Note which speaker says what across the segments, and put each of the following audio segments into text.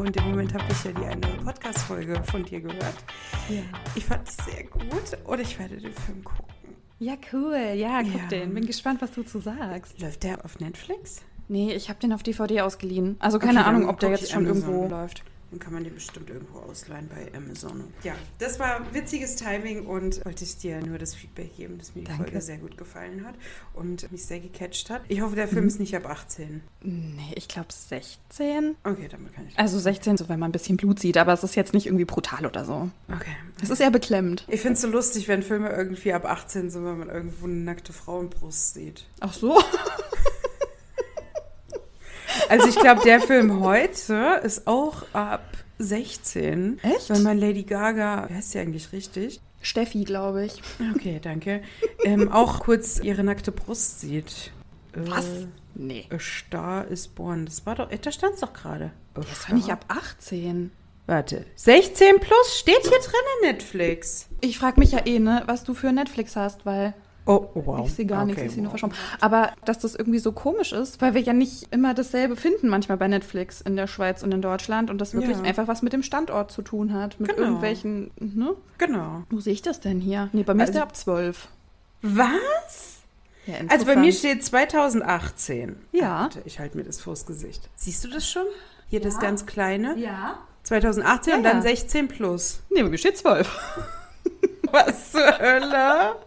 Speaker 1: in dem Moment habe ich ja die eine Podcast-Folge von dir gehört.
Speaker 2: Ja.
Speaker 1: Ich fand die sehr gut und ich werde den Film gucken.
Speaker 2: Ja, cool. Ja, guck den. Bin gespannt, was du zu sagst.
Speaker 1: Läuft der auf Netflix?
Speaker 2: Nee, ich habe den auf DVD ausgeliehen. Also keine Ahnung, ob der jetzt schon irgendwo läuft.
Speaker 1: Dann kann man den bestimmt irgendwo ausleihen bei Amazon. Ja, das war witziges Timing und wollte ich dir nur das Feedback geben, dass mir die Folge sehr gut gefallen hat und mich sehr gecatcht hat. Ich hoffe, der Film ist nicht ab 18.
Speaker 2: Nee, ich glaube 16.
Speaker 1: Okay, damit kann ich.
Speaker 2: Also 16, so wenn man ein bisschen Blut sieht, aber es ist jetzt nicht irgendwie brutal oder so.
Speaker 1: Okay.
Speaker 2: Es ist eher beklemmend.
Speaker 1: Ich finde es so lustig, wenn Filme irgendwie ab 18 sind, wenn man irgendwo eine nackte Frauenbrust sieht.
Speaker 2: Ach so?
Speaker 1: Also ich glaube, der Film heute ist auch ab 16.
Speaker 2: Echt?
Speaker 1: Wenn man Lady Gaga, wie heißt sie eigentlich richtig?
Speaker 2: Steffi, glaube ich.
Speaker 1: Okay, danke. Auch kurz ihre nackte Brust sieht.
Speaker 2: Was? Nee.
Speaker 1: A Star is Born. Das war doch, da stand es doch gerade.
Speaker 2: Das ist doch nicht ab 18.
Speaker 1: Warte, 16 plus steht hier drin in Netflix.
Speaker 2: Ich frage mich ja ne, was du für Netflix hast, weil...
Speaker 1: Oh, wow.
Speaker 2: Ich sehe gar nichts, ich sehe nur verschwommen. Aber dass das irgendwie so komisch ist, weil wir ja nicht immer dasselbe finden manchmal bei Netflix in der Schweiz und in Deutschland und das wirklich einfach was mit dem Standort zu tun hat. Mit irgendwelchen, ne?
Speaker 1: Genau.
Speaker 2: Wo sehe ich das denn hier? Nee, bei mir ist der ab 12.
Speaker 1: Was?
Speaker 2: Ja,
Speaker 1: also bei mir steht 2018.
Speaker 2: Ja.
Speaker 1: Warte, ich halte mir das vors Gesicht. Siehst du das schon? Hier das ganz kleine?
Speaker 2: Ja.
Speaker 1: 2018 und dann 16 plus.
Speaker 2: Nee, bei mir steht 12.
Speaker 1: Was zur Hölle?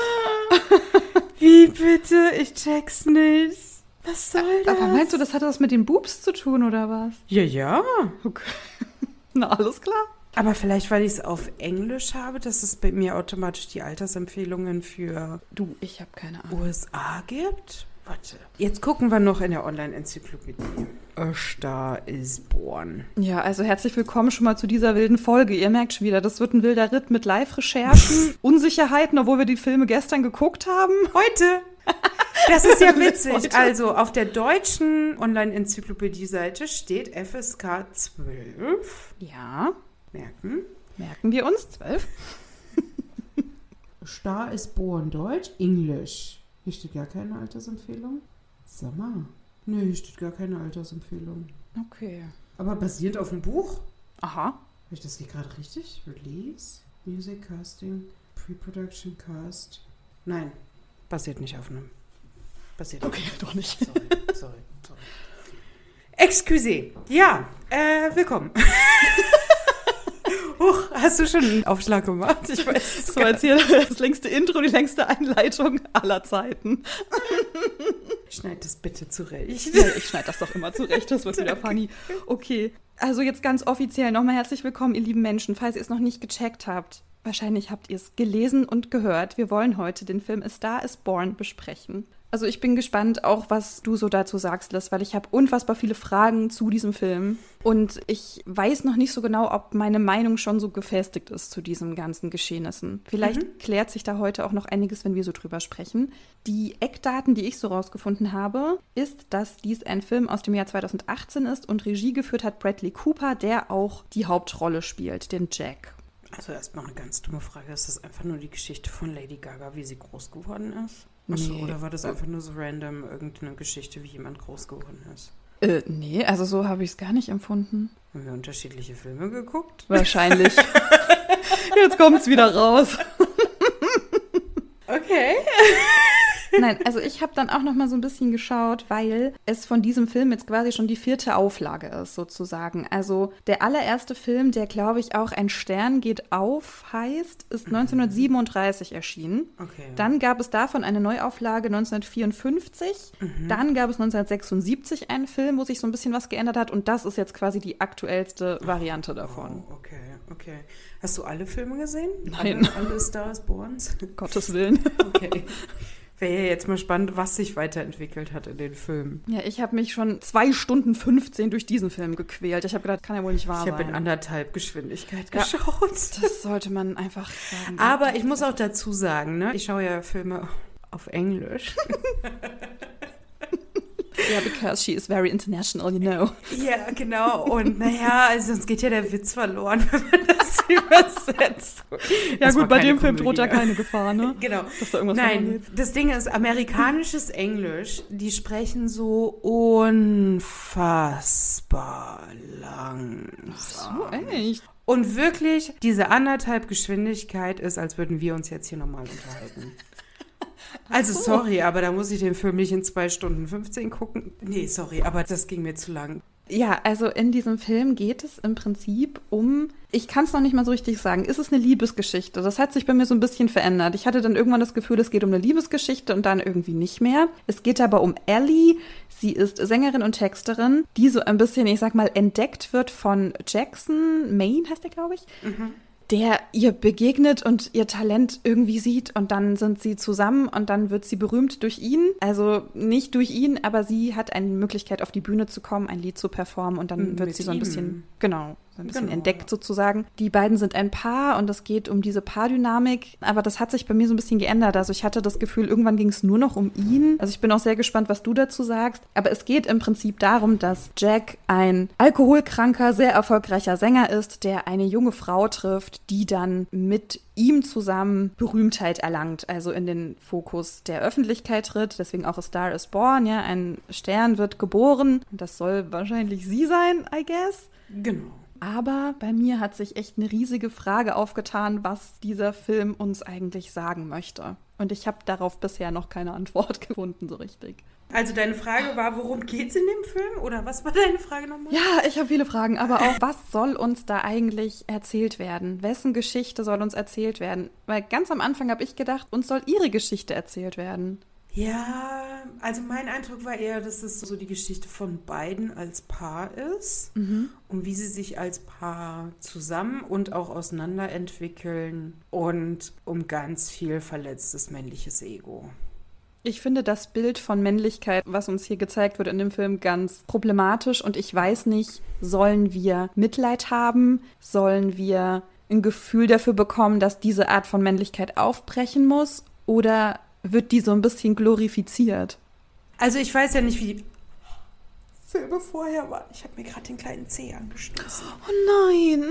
Speaker 1: Wie bitte? Ich check's nicht. Was soll das?
Speaker 2: Aber meinst du, das hat was mit den Boobs zu tun, oder was?
Speaker 1: Ja.
Speaker 2: Okay. Na, alles klar.
Speaker 1: Aber vielleicht, weil ich es auf Englisch habe, dass es bei mir automatisch die Altersempfehlungen für
Speaker 2: ich habe keine Ahnung.
Speaker 1: USA gibt? Warte. Jetzt gucken wir noch in der Online-Enzyklopädie. A Star is Born.
Speaker 2: Ja, also herzlich willkommen schon mal zu dieser wilden Folge. Ihr merkt schon wieder, das wird ein wilder Ritt mit Live-Recherchen, Unsicherheiten, obwohl wir die Filme gestern geguckt haben.
Speaker 1: Heute. Das ist ja witzig. Also auf der deutschen Online-Enzyklopädie-Seite steht FSK 12.
Speaker 2: Ja.
Speaker 1: Merken
Speaker 2: wir uns 12.
Speaker 1: Star is Born, Deutsch, Englisch. Hier steht gar keine Altersempfehlung. Sag mal. Nee, hier steht gar keine Altersempfehlung.
Speaker 2: Okay.
Speaker 1: Aber basierend auf dem Buch?
Speaker 2: Aha.
Speaker 1: Habe ich das hier gerade richtig? Release, Music, Casting, Pre-Production, Cast. Nein, basiert nicht auf einem. Basiert
Speaker 2: okay, doch nicht.
Speaker 1: Sorry. Excusez. Ja, willkommen. Huch, hast du schon einen Aufschlag gemacht? Ich weiß es
Speaker 2: so als hier das längste Intro, die längste Einleitung aller Zeiten.
Speaker 1: Schneid das bitte zurecht.
Speaker 2: Ja, ich schneide das doch immer zurecht, das wird wieder funny. Okay, also jetzt ganz offiziell nochmal herzlich willkommen, ihr lieben Menschen, falls ihr es noch nicht gecheckt habt. Wahrscheinlich habt ihr es gelesen und gehört. Wir wollen heute den Film A Star is Born besprechen. Also ich bin gespannt auch, was du so dazu sagst, Liz, weil ich habe unfassbar viele Fragen zu diesem Film. Und ich weiß noch nicht so genau, ob meine Meinung schon so gefestigt ist zu diesen ganzen Geschehnissen. Vielleicht klärt sich da heute auch noch einiges, wenn wir so drüber sprechen. Die Eckdaten, die ich so rausgefunden habe, ist, dass dies ein Film aus dem Jahr 2018 ist und Regie geführt hat Bradley Cooper, der auch die Hauptrolle spielt, den Jack.
Speaker 1: Also erstmal eine ganz dumme Frage. Ist das einfach nur die Geschichte von Lady Gaga, wie sie groß geworden ist? Achso, oder war das einfach nur so random irgendeine Geschichte, wie jemand groß geworden ist?
Speaker 2: Nee, also so habe ich es gar nicht empfunden.
Speaker 1: Haben wir unterschiedliche Filme geguckt?
Speaker 2: Wahrscheinlich. Jetzt kommt es wieder raus.
Speaker 1: Okay.
Speaker 2: Nein, also ich habe dann auch noch mal so ein bisschen geschaut, weil es von diesem Film jetzt quasi schon die 4. Auflage ist, sozusagen. Also der allererste Film, der, glaube ich, auch Ein Stern geht auf heißt, ist 1937 erschienen.
Speaker 1: Okay.
Speaker 2: Dann gab es davon eine Neuauflage 1954. Dann gab es 1976 einen Film, wo sich so ein bisschen was geändert hat. Und das ist jetzt quasi die aktuellste Variante davon.
Speaker 1: Oh, okay. Hast du alle Filme gesehen?
Speaker 2: Nein.
Speaker 1: Alle Star is Borns?
Speaker 2: Gottes Willen.
Speaker 1: Okay. Wäre ja jetzt mal spannend, was sich weiterentwickelt hat in den Filmen.
Speaker 2: Ja, ich habe mich schon 2 Stunden 15 durch diesen Film gequält. Ich habe gedacht, kann ja wohl nicht wahr sein.
Speaker 1: Ich habe in 1,5 Geschwindigkeit geschaut.
Speaker 2: Das sollte man einfach sagen.
Speaker 1: Aber ich muss auch dazu sagen, ne, ich schaue ja Filme auf Englisch.
Speaker 2: Ja, because she is very international, you know.
Speaker 1: Ja, genau. Und naja, also sonst geht ja der Witz verloren, wenn man das übersetzt.
Speaker 2: Ja gut, bei dem Film droht ja keine Gefahr, ne?
Speaker 1: Genau.
Speaker 2: Dass da irgendwas
Speaker 1: Nein, das Ding ist, amerikanisches Englisch, die sprechen so unfassbar langsam.
Speaker 2: So, echt?
Speaker 1: Und wirklich, diese 1,5 Geschwindigkeit ist, als würden wir uns jetzt hier normal unterhalten. Also sorry, aber da muss ich den Film nicht in 2 Stunden 15 gucken. Nee, sorry, aber das ging mir zu lang.
Speaker 2: Ja, also in diesem Film geht es im Prinzip um, ich kann es noch nicht mal so richtig sagen, ist es eine Liebesgeschichte? Das hat sich bei mir so ein bisschen verändert. Ich hatte dann irgendwann das Gefühl, es geht um eine Liebesgeschichte und dann irgendwie nicht mehr. Es geht aber um Ellie. Sie ist Sängerin und Texterin, die so ein bisschen, ich sag mal, entdeckt wird von Jackson Maine, heißt der, glaube ich. Der ihr begegnet und ihr Talent irgendwie sieht und dann sind sie zusammen und dann wird sie berühmt durch ihn. Also nicht durch ihn, aber sie hat eine Möglichkeit, auf die Bühne zu kommen, ein Lied zu performen und dann wird sie so ein bisschen, entdeckt sozusagen. Die beiden sind ein Paar und es geht um diese Paardynamik, aber das hat sich bei mir so ein bisschen geändert. Also ich hatte das Gefühl, irgendwann ging es nur noch um ihn. Also ich bin auch sehr gespannt, was du dazu sagst. Aber es geht im Prinzip darum, dass Jack ein alkoholkranker, sehr erfolgreicher Sänger ist, der eine junge Frau trifft, die dann mit ihm zusammen Berühmtheit erlangt, also in den Fokus der Öffentlichkeit tritt. Deswegen auch A Star is Born, ja, ein Stern wird geboren. Und das soll wahrscheinlich sie sein, I guess.
Speaker 1: Genau.
Speaker 2: Aber bei mir hat sich echt eine riesige Frage aufgetan, was dieser Film uns eigentlich sagen möchte. Und ich habe darauf bisher noch keine Antwort gefunden, so richtig.
Speaker 1: Also deine Frage war, worum geht's in dem Film? Oder was war deine Frage nochmal?
Speaker 2: Ja, ich habe viele Fragen, aber auch, was soll uns da eigentlich erzählt werden? Wessen Geschichte soll uns erzählt werden? Weil ganz am Anfang habe ich gedacht, uns soll ihre Geschichte erzählt werden.
Speaker 1: Ja, also mein Eindruck war eher, dass es so die Geschichte von beiden als Paar ist und wie sie sich als Paar zusammen und auch auseinander entwickeln und um ganz viel verletztes männliches Ego.
Speaker 2: Ich finde das Bild von Männlichkeit, was uns hier gezeigt wird in dem Film, ganz problematisch und ich weiß nicht, sollen wir Mitleid haben? Sollen wir ein Gefühl dafür bekommen, dass diese Art von Männlichkeit aufbrechen muss? Oder wird die so ein bisschen glorifiziert? Also
Speaker 1: ich weiß ja nicht, wie die Filme vorher waren. Ich habe mir gerade den kleinen Zeh angestoßen.
Speaker 2: Oh nein!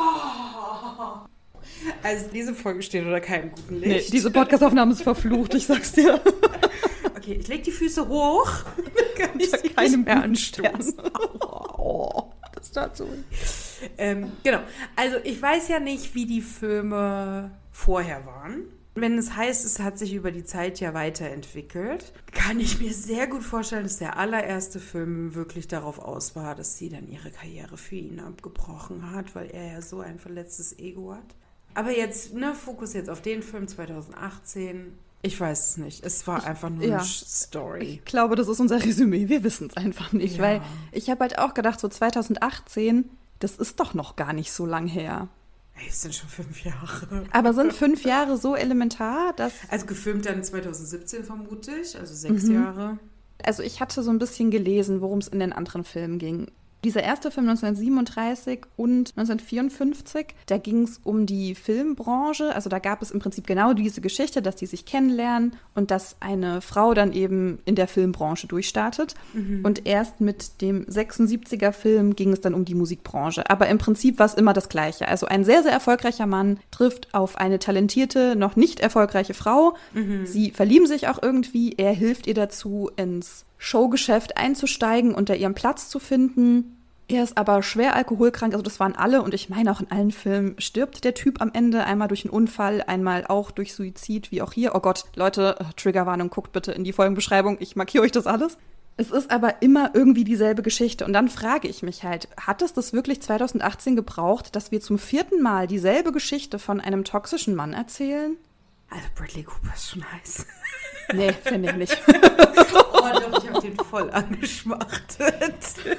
Speaker 1: Oh. Also diese Folge steht unter keinem guten Licht.
Speaker 2: Nee, diese Podcast-Aufnahme ist verflucht, ich sag's dir.
Speaker 1: Okay, ich leg die Füße hoch.
Speaker 2: Kann ich sie keinem mehr anstoßen.
Speaker 1: Oh, das tat so. Genau, also ich weiß ja nicht, wie die Filme vorher waren. Wenn es heißt, es hat sich über die Zeit ja weiterentwickelt, kann ich mir sehr gut vorstellen, dass der allererste Film wirklich darauf aus war, dass sie dann ihre Karriere für ihn abgebrochen hat, weil er ja so ein verletztes Ego hat. Aber jetzt, Fokus jetzt auf den Film 2018. Ich weiß es nicht. Es war einfach nur eine Story.
Speaker 2: Ich glaube, das ist unser Resümee. Wir wissen es einfach nicht, weil ich habe halt auch gedacht, so 2018, das ist doch noch gar nicht so lang her.
Speaker 1: Hey, es sind schon 5 Jahre.
Speaker 2: Aber sind 5 Jahre so elementar, dass...
Speaker 1: Also gefilmt dann 2017 vermute ich, also 6 Jahre.
Speaker 2: Also ich hatte so ein bisschen gelesen, worum es in den anderen Filmen ging. Dieser erste Film 1937 und 1954, da ging es um die Filmbranche. Also da gab es im Prinzip genau diese Geschichte, dass die sich kennenlernen und dass eine Frau dann eben in der Filmbranche durchstartet. Und erst mit dem 76er-Film ging es dann um die Musikbranche. Aber im Prinzip war es immer das Gleiche. Also ein sehr, sehr erfolgreicher Mann trifft auf eine talentierte, noch nicht erfolgreiche Frau. Sie verlieben sich auch irgendwie. Er hilft ihr dazu, ins Showgeschäft einzusteigen und da ihren Platz zu finden. Er ist aber schwer alkoholkrank, also das waren alle und ich meine auch in allen Filmen stirbt der Typ am Ende, einmal durch einen Unfall, einmal auch durch Suizid, wie auch hier. Oh Gott, Leute, Triggerwarnung, guckt bitte in die Folgenbeschreibung, ich markiere euch das alles. Es ist aber immer irgendwie dieselbe Geschichte und dann frage ich mich halt, hat es das wirklich 2018 gebraucht, dass wir zum 4. Mal dieselbe Geschichte von einem toxischen Mann erzählen?
Speaker 1: Also Bradley Cooper ist schon heiß.
Speaker 2: Nee, finde ich nicht.
Speaker 1: Oh doch, ich habe den voll angeschmachtet.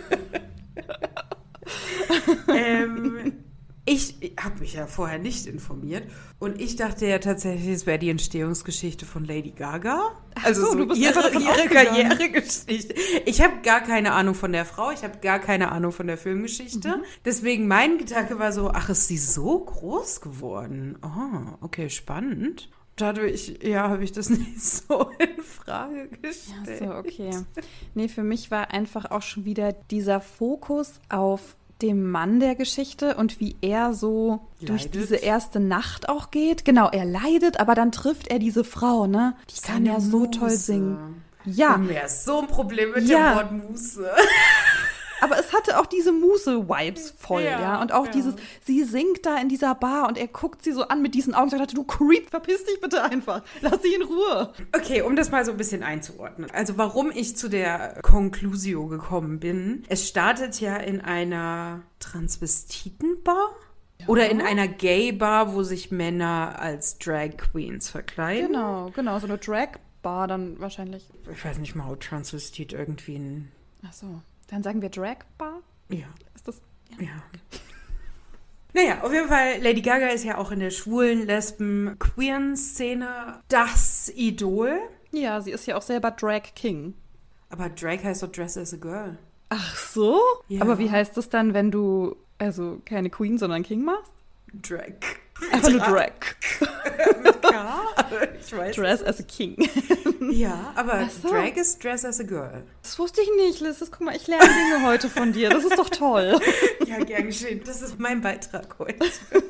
Speaker 1: Ich habe mich ja vorher nicht informiert und ich dachte ja tatsächlich, es wäre die Entstehungsgeschichte von Lady Gaga. Also so, du bist ihre Karrieregeschichte. Ich habe gar keine Ahnung von der Frau, ich habe gar keine Ahnung von der Filmgeschichte. Deswegen mein Gedanke war so, ach, ist sie so groß geworden? Oh, okay, spannend. Dadurch, habe ich das nicht so in Frage gestellt.
Speaker 2: Ja, so, okay. Nee, für mich war einfach auch schon wieder dieser Fokus auf dem Mann der Geschichte und wie er so durch
Speaker 1: Leidet.
Speaker 2: diese erste Nacht auch geht. Genau, er leidet, aber dann trifft er diese Frau, ne? Die kann ja so toll singen. Ja.
Speaker 1: Und mir ist so ein Problem mit dem
Speaker 2: Ja.
Speaker 1: Wort Muße.
Speaker 2: Aber es hatte auch diese Muse-Vibes voll, ja. Und auch dieses, sie singt da in dieser Bar und er guckt sie so an mit diesen Augen und sagt, du Creep, verpiss dich bitte einfach. Lass sie in Ruhe.
Speaker 1: Okay, um das mal so ein bisschen einzuordnen. Also warum ich zu der Conclusio gekommen bin. Es startet ja in einer Transvestitenbar. Oder in einer Gay-Bar, wo sich Männer als Drag Queens verkleiden.
Speaker 2: Genau, so eine Drag-Bar dann wahrscheinlich.
Speaker 1: Ich weiß nicht mal, ob Transvestit irgendwie ein...
Speaker 2: Ach so, dann sagen wir Drag-Bar?
Speaker 1: Ja.
Speaker 2: Ist das...
Speaker 1: Ja. Naja, auf jeden Fall, Lady Gaga ist ja auch in der schwulen, lesben, queeren Szene das Idol.
Speaker 2: Ja, sie ist ja auch selber Drag King.
Speaker 1: Aber Drag heißt doch Dress as a Girl.
Speaker 2: Ach so?
Speaker 1: Ja.
Speaker 2: Aber wie heißt das dann, wenn du also keine Queen, sondern King machst?
Speaker 1: Drag.
Speaker 2: Einfach nur Drag.
Speaker 1: Mit K? Ich weiß.
Speaker 2: Dress as a King.
Speaker 1: Ja, aber
Speaker 2: Ach so.
Speaker 1: Drag ist Dress as a Girl.
Speaker 2: Das wusste ich nicht, Liz. Guck mal, ich lerne Dinge heute von dir. Das ist doch toll.
Speaker 1: Ja, gern geschehen. Das ist mein Beitrag heute.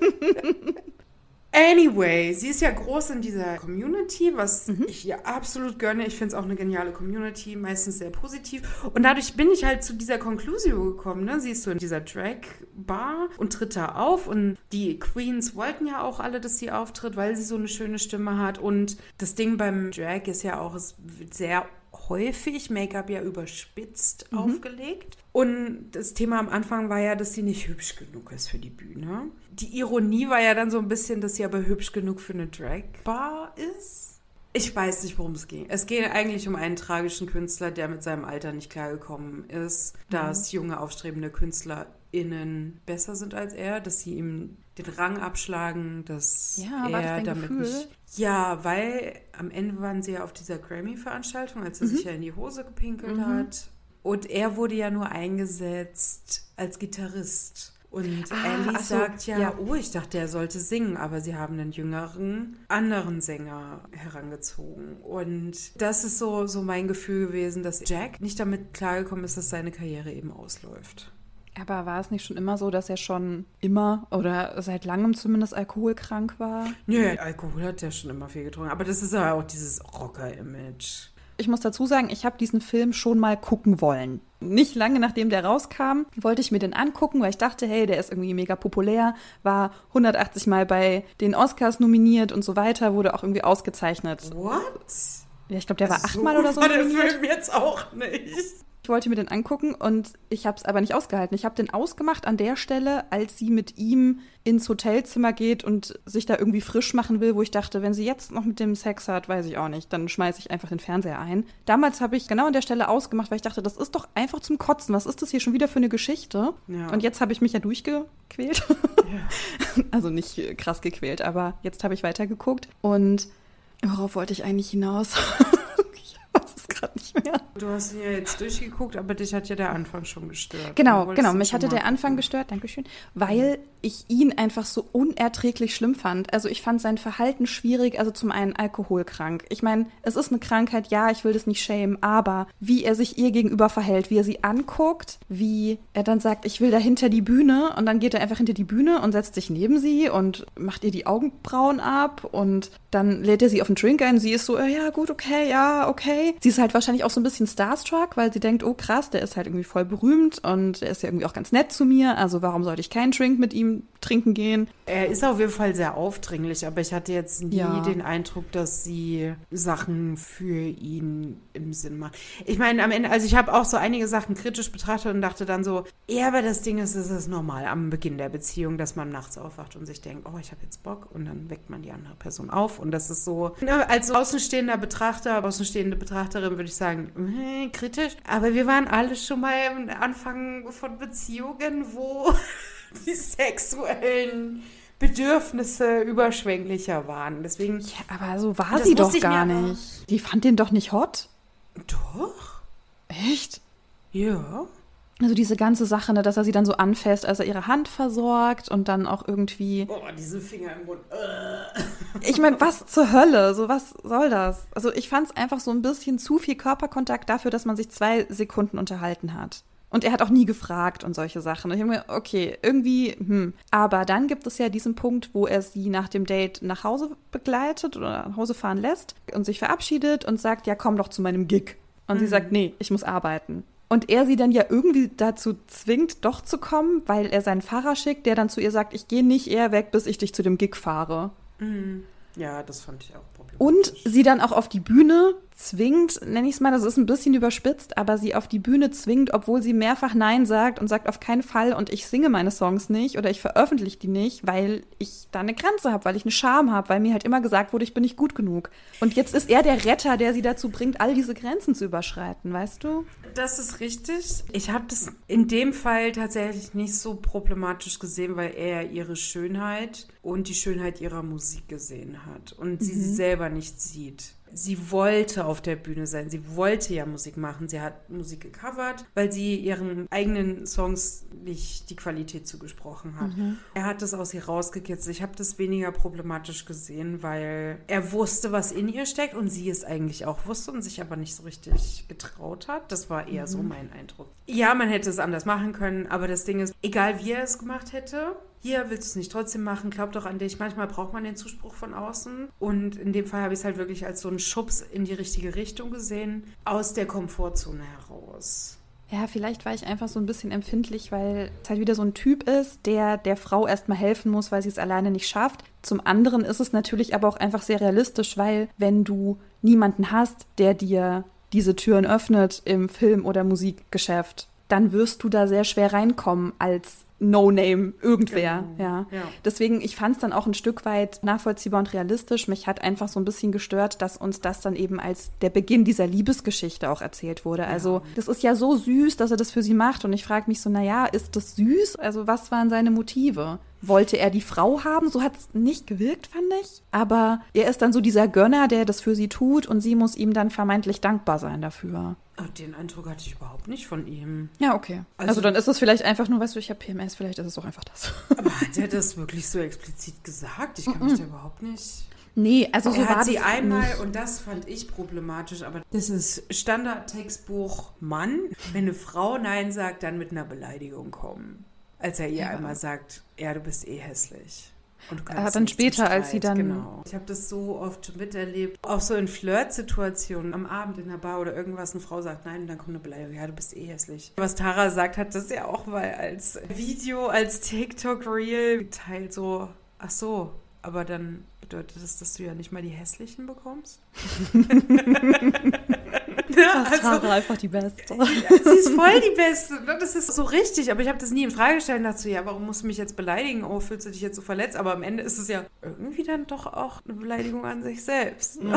Speaker 1: Anyway, sie ist ja groß in dieser Community, was ich ihr absolut gönne. Ich finde es auch eine geniale Community, meistens sehr positiv. Und dadurch bin ich halt zu dieser Conclusio gekommen. Ne? Sie ist so in dieser Drag-Bar und tritt da auf. Und die Queens wollten ja auch alle, dass sie auftritt, weil sie so eine schöne Stimme hat. Und das Ding beim Drag ist ja auch, es wird sehr häufig Make-up ja überspitzt aufgelegt. Und das Thema am Anfang war ja, dass sie nicht hübsch genug ist für die Bühne. Die Ironie war ja dann so ein bisschen, dass sie aber hübsch genug für eine Drag-Bar ist. Ich weiß nicht, worum es ging. Es geht eigentlich um einen tragischen Künstler, der mit seinem Alter nicht klargekommen ist, dass junge, aufstrebende KünstlerInnen besser sind als er, dass sie ihm den Rang abschlagen, dass
Speaker 2: Ja, war das
Speaker 1: er
Speaker 2: dein
Speaker 1: damit
Speaker 2: Gefühl?
Speaker 1: nicht... Ja, weil am Ende waren sie ja auf dieser Grammy-Veranstaltung, als er sich ja in die Hose gepinkelt hat. Und er wurde ja nur eingesetzt als Gitarrist. Und Ellie
Speaker 2: ach so,
Speaker 1: sagt
Speaker 2: ja.
Speaker 1: oh, ich dachte, er sollte singen, aber sie haben einen jüngeren, anderen Sänger herangezogen. Und das ist so mein Gefühl gewesen, dass Jack nicht damit klargekommen ist, dass seine Karriere eben ausläuft.
Speaker 2: Aber war es nicht schon immer so, dass er schon immer oder seit langem zumindest alkoholkrank war?
Speaker 1: Nö, Alkohol hat er schon immer viel getrunken. Aber das ist ja auch dieses Rocker-Image.
Speaker 2: Ich muss dazu sagen, ich habe diesen Film schon mal gucken wollen. Nicht lange nachdem der rauskam, wollte ich mir den angucken, weil ich dachte, hey, der ist irgendwie mega populär, war 180 Mal bei den Oscars nominiert und so weiter, wurde auch irgendwie ausgezeichnet.
Speaker 1: What?
Speaker 2: Ja, ich glaube, der war
Speaker 1: Also
Speaker 2: 8-mal oder so
Speaker 1: war der
Speaker 2: nominiert.
Speaker 1: Film jetzt auch nicht.
Speaker 2: Ich wollte mir den angucken und ich habe es aber nicht ausgehalten. Ich habe den ausgemacht an der Stelle, als sie mit ihm ins Hotelzimmer geht und sich da irgendwie frisch machen will, wo ich dachte, wenn sie jetzt noch mit dem Sex hat, weiß ich auch nicht, dann schmeiße ich einfach den Fernseher ein. Damals habe ich genau an der Stelle ausgemacht, weil ich dachte, das ist doch einfach zum Kotzen. Was ist das hier schon wieder für eine Geschichte?
Speaker 1: Ja.
Speaker 2: Und jetzt habe ich mich ja durchgequält. Also nicht krass gequält, aber jetzt habe ich weitergeguckt. Und worauf wollte ich eigentlich hinaus? Ich weiß es gerade nicht mehr.
Speaker 1: Du hast ihn ja jetzt durchgeguckt, aber dich hat ja der Anfang schon gestört.
Speaker 2: Genau,
Speaker 1: Du wolltest
Speaker 2: mich
Speaker 1: schon
Speaker 2: hatte
Speaker 1: mal
Speaker 2: der Anfang
Speaker 1: gucken.
Speaker 2: gestört, Dankeschön, weil ich ihn einfach so unerträglich schlimm fand. Also ich fand sein Verhalten schwierig, also zum einen alkoholkrank. Ich meine, es ist eine Krankheit, ja, ich will das nicht schämen, aber wie er sich ihr gegenüber verhält, wie er sie anguckt, wie er dann sagt, ich will da hinter die Bühne und dann geht er einfach hinter die Bühne und setzt sich neben sie und macht ihr die Augenbrauen ab und dann lädt er sie auf einen Drink ein. Sie ist so, ja gut, okay, ja, okay. Sie ist halt wahrscheinlich auch so ein bisschen starstruck, weil sie denkt, oh krass, der ist halt irgendwie voll berühmt und er ist ja irgendwie auch ganz nett zu mir, also warum sollte ich keinen Drink mit ihm trinken gehen?
Speaker 1: Er ist auf jeden Fall sehr aufdringlich, aber ich hatte jetzt nie
Speaker 2: Ja.
Speaker 1: den Eindruck, dass sie Sachen für ihn im Sinn macht. Ich meine, am Ende, also ich habe auch so einige Sachen kritisch betrachtet und dachte dann so, ja, aber das Ding ist, es ist normal am Beginn der Beziehung, dass man nachts aufwacht und sich denkt, oh, ich habe jetzt Bock und dann weckt man die andere Person auf und das ist so, als außenstehende Betrachterin würde ich sagen, kritisch, aber wir waren alle schon mal am Anfang von Beziehungen, wo die sexuellen Bedürfnisse überschwänglicher waren. Deswegen.
Speaker 2: Ja, aber so war
Speaker 1: Das
Speaker 2: sie doch
Speaker 1: wusste ich
Speaker 2: gar
Speaker 1: mir aber.
Speaker 2: nicht. Die fand den doch nicht hot.
Speaker 1: Doch?
Speaker 2: Echt?
Speaker 1: Ja.
Speaker 2: Also diese ganze Sache, ne, dass er sie dann so anfasst, als er ihre Hand versorgt und dann auch irgendwie...
Speaker 1: Oh, diese Finger im Mund.
Speaker 2: Ich meine, was zur Hölle? So, was soll das? Also ich fand es einfach so ein bisschen zu viel Körperkontakt dafür, dass man sich 2 Sekunden unterhalten hat. Und er hat auch nie gefragt und solche Sachen. Und ich habe mir, okay, irgendwie, Aber dann gibt es ja diesen Punkt, wo er sie nach dem Date nach Hause begleitet oder nach Hause fahren lässt und sich verabschiedet und sagt, ja, komm doch zu meinem Gig. Und sie sagt, nee, ich muss arbeiten. Und er sie dann ja irgendwie dazu zwingt, doch zu kommen, weil er seinen Fahrer schickt, der dann zu ihr sagt, ich gehe nicht eher weg, bis ich dich zu dem Gig fahre.
Speaker 1: Ja, das fand ich auch problematisch.
Speaker 2: Und sie dann auch auf die Bühne zwingt, nenne ich es mal, das ist ein bisschen überspitzt, aber sie auf die Bühne zwingt, obwohl sie mehrfach Nein sagt und sagt auf keinen Fall und ich singe meine Songs nicht oder ich veröffentliche die nicht, weil ich da eine Grenze habe, weil ich eine Scham habe, weil mir halt immer gesagt wurde, ich bin nicht gut genug. Und jetzt ist er der Retter, der sie dazu bringt, all diese Grenzen zu überschreiten, weißt du?
Speaker 1: Das ist richtig. Ich habe das in dem Fall tatsächlich nicht so problematisch gesehen, weil er ihre Schönheit und die Schönheit ihrer Musik gesehen hat und sie selber nicht sieht. Sie wollte auf der Bühne sein, sie wollte ja Musik machen, sie hat Musik gecovert, weil sie ihren eigenen Songs nicht die Qualität zugesprochen hat. Er hat das aus ihr rausgekitzelt. Ich habe das weniger problematisch gesehen, weil er wusste, was in ihr steckt und sie es eigentlich auch wusste und sich aber nicht so richtig getraut hat. Das war eher so mein Eindruck. Ja, man hätte es anders machen können, aber das Ding ist, egal wie er es gemacht hätte, hier willst du es nicht trotzdem machen, glaub doch an dich. Manchmal braucht man den Zuspruch von außen. Und in dem Fall habe ich es halt wirklich als so einen Schubs in die richtige Richtung gesehen, aus der Komfortzone heraus.
Speaker 2: Ja, vielleicht war ich einfach so ein bisschen empfindlich, weil es halt wieder so ein Typ ist, der Frau erstmal helfen muss, weil sie es alleine nicht schafft. Zum anderen ist es natürlich aber auch einfach sehr realistisch, weil wenn du niemanden hast, der dir diese Türen öffnet im Film- oder Musikgeschäft, dann wirst du da sehr schwer reinkommen als No-Name, irgendwer.
Speaker 1: Genau.
Speaker 2: Ja.
Speaker 1: Ja.
Speaker 2: Deswegen, ich fand es dann auch ein Stück weit nachvollziehbar und realistisch. Mich hat einfach so ein bisschen gestört, dass uns das dann eben als der Beginn dieser Liebesgeschichte auch erzählt wurde. Also das ist ja so süß, dass er das für sie macht. Und ich frage mich so, naja, ist das süß? Also was waren seine Motive? Wollte er die Frau haben? So hat es nicht gewirkt, fand ich. Aber er ist dann so dieser Gönner, der das für sie tut und sie muss ihm dann vermeintlich dankbar sein dafür.
Speaker 1: Oh, den Eindruck hatte ich überhaupt nicht von ihm.
Speaker 2: Ja, okay. Also dann ist es vielleicht einfach nur, weißt du, ich habe PMS, vielleicht ist es auch einfach das.
Speaker 1: Aber hat er das wirklich so explizit gesagt? Ich kann mich da überhaupt nicht...
Speaker 2: Nee, also so
Speaker 1: er
Speaker 2: war
Speaker 1: hat sie
Speaker 2: das
Speaker 1: einmal,
Speaker 2: nicht.
Speaker 1: und das fand ich problematisch, aber das ist Standardtextbuch Mann. Wenn eine Frau Nein sagt, dann mit einer Beleidigung kommen. Als er ihr einmal sagt, ja, du bist eh hässlich. Und du kannst
Speaker 2: dann
Speaker 1: nichts
Speaker 2: später,
Speaker 1: im
Speaker 2: als sie dann...
Speaker 1: Genau. Ich habe das so oft schon miterlebt. Auch so in Flirtsituationen am Abend in der Bar oder irgendwas. Eine Frau sagt nein und dann kommt eine Beleidigung. Ja, du bist eh hässlich. Was Tara sagt, hat das ja auch mal als Video, als TikTok-Reel geteilt. So, ach so, aber dann bedeutet das, dass du ja nicht mal die hässlichen bekommst?
Speaker 2: Ja, also, Tara einfach die Beste.
Speaker 1: Ja, sie ist voll die Beste. Das ist so richtig. Aber ich habe das nie in Frage gestellt und dachte so, ja, warum musst du mich jetzt beleidigen? Oh, fühlst du dich jetzt so verletzt? Aber am Ende ist es ja irgendwie dann doch auch eine Beleidigung an sich selbst.
Speaker 2: Ja.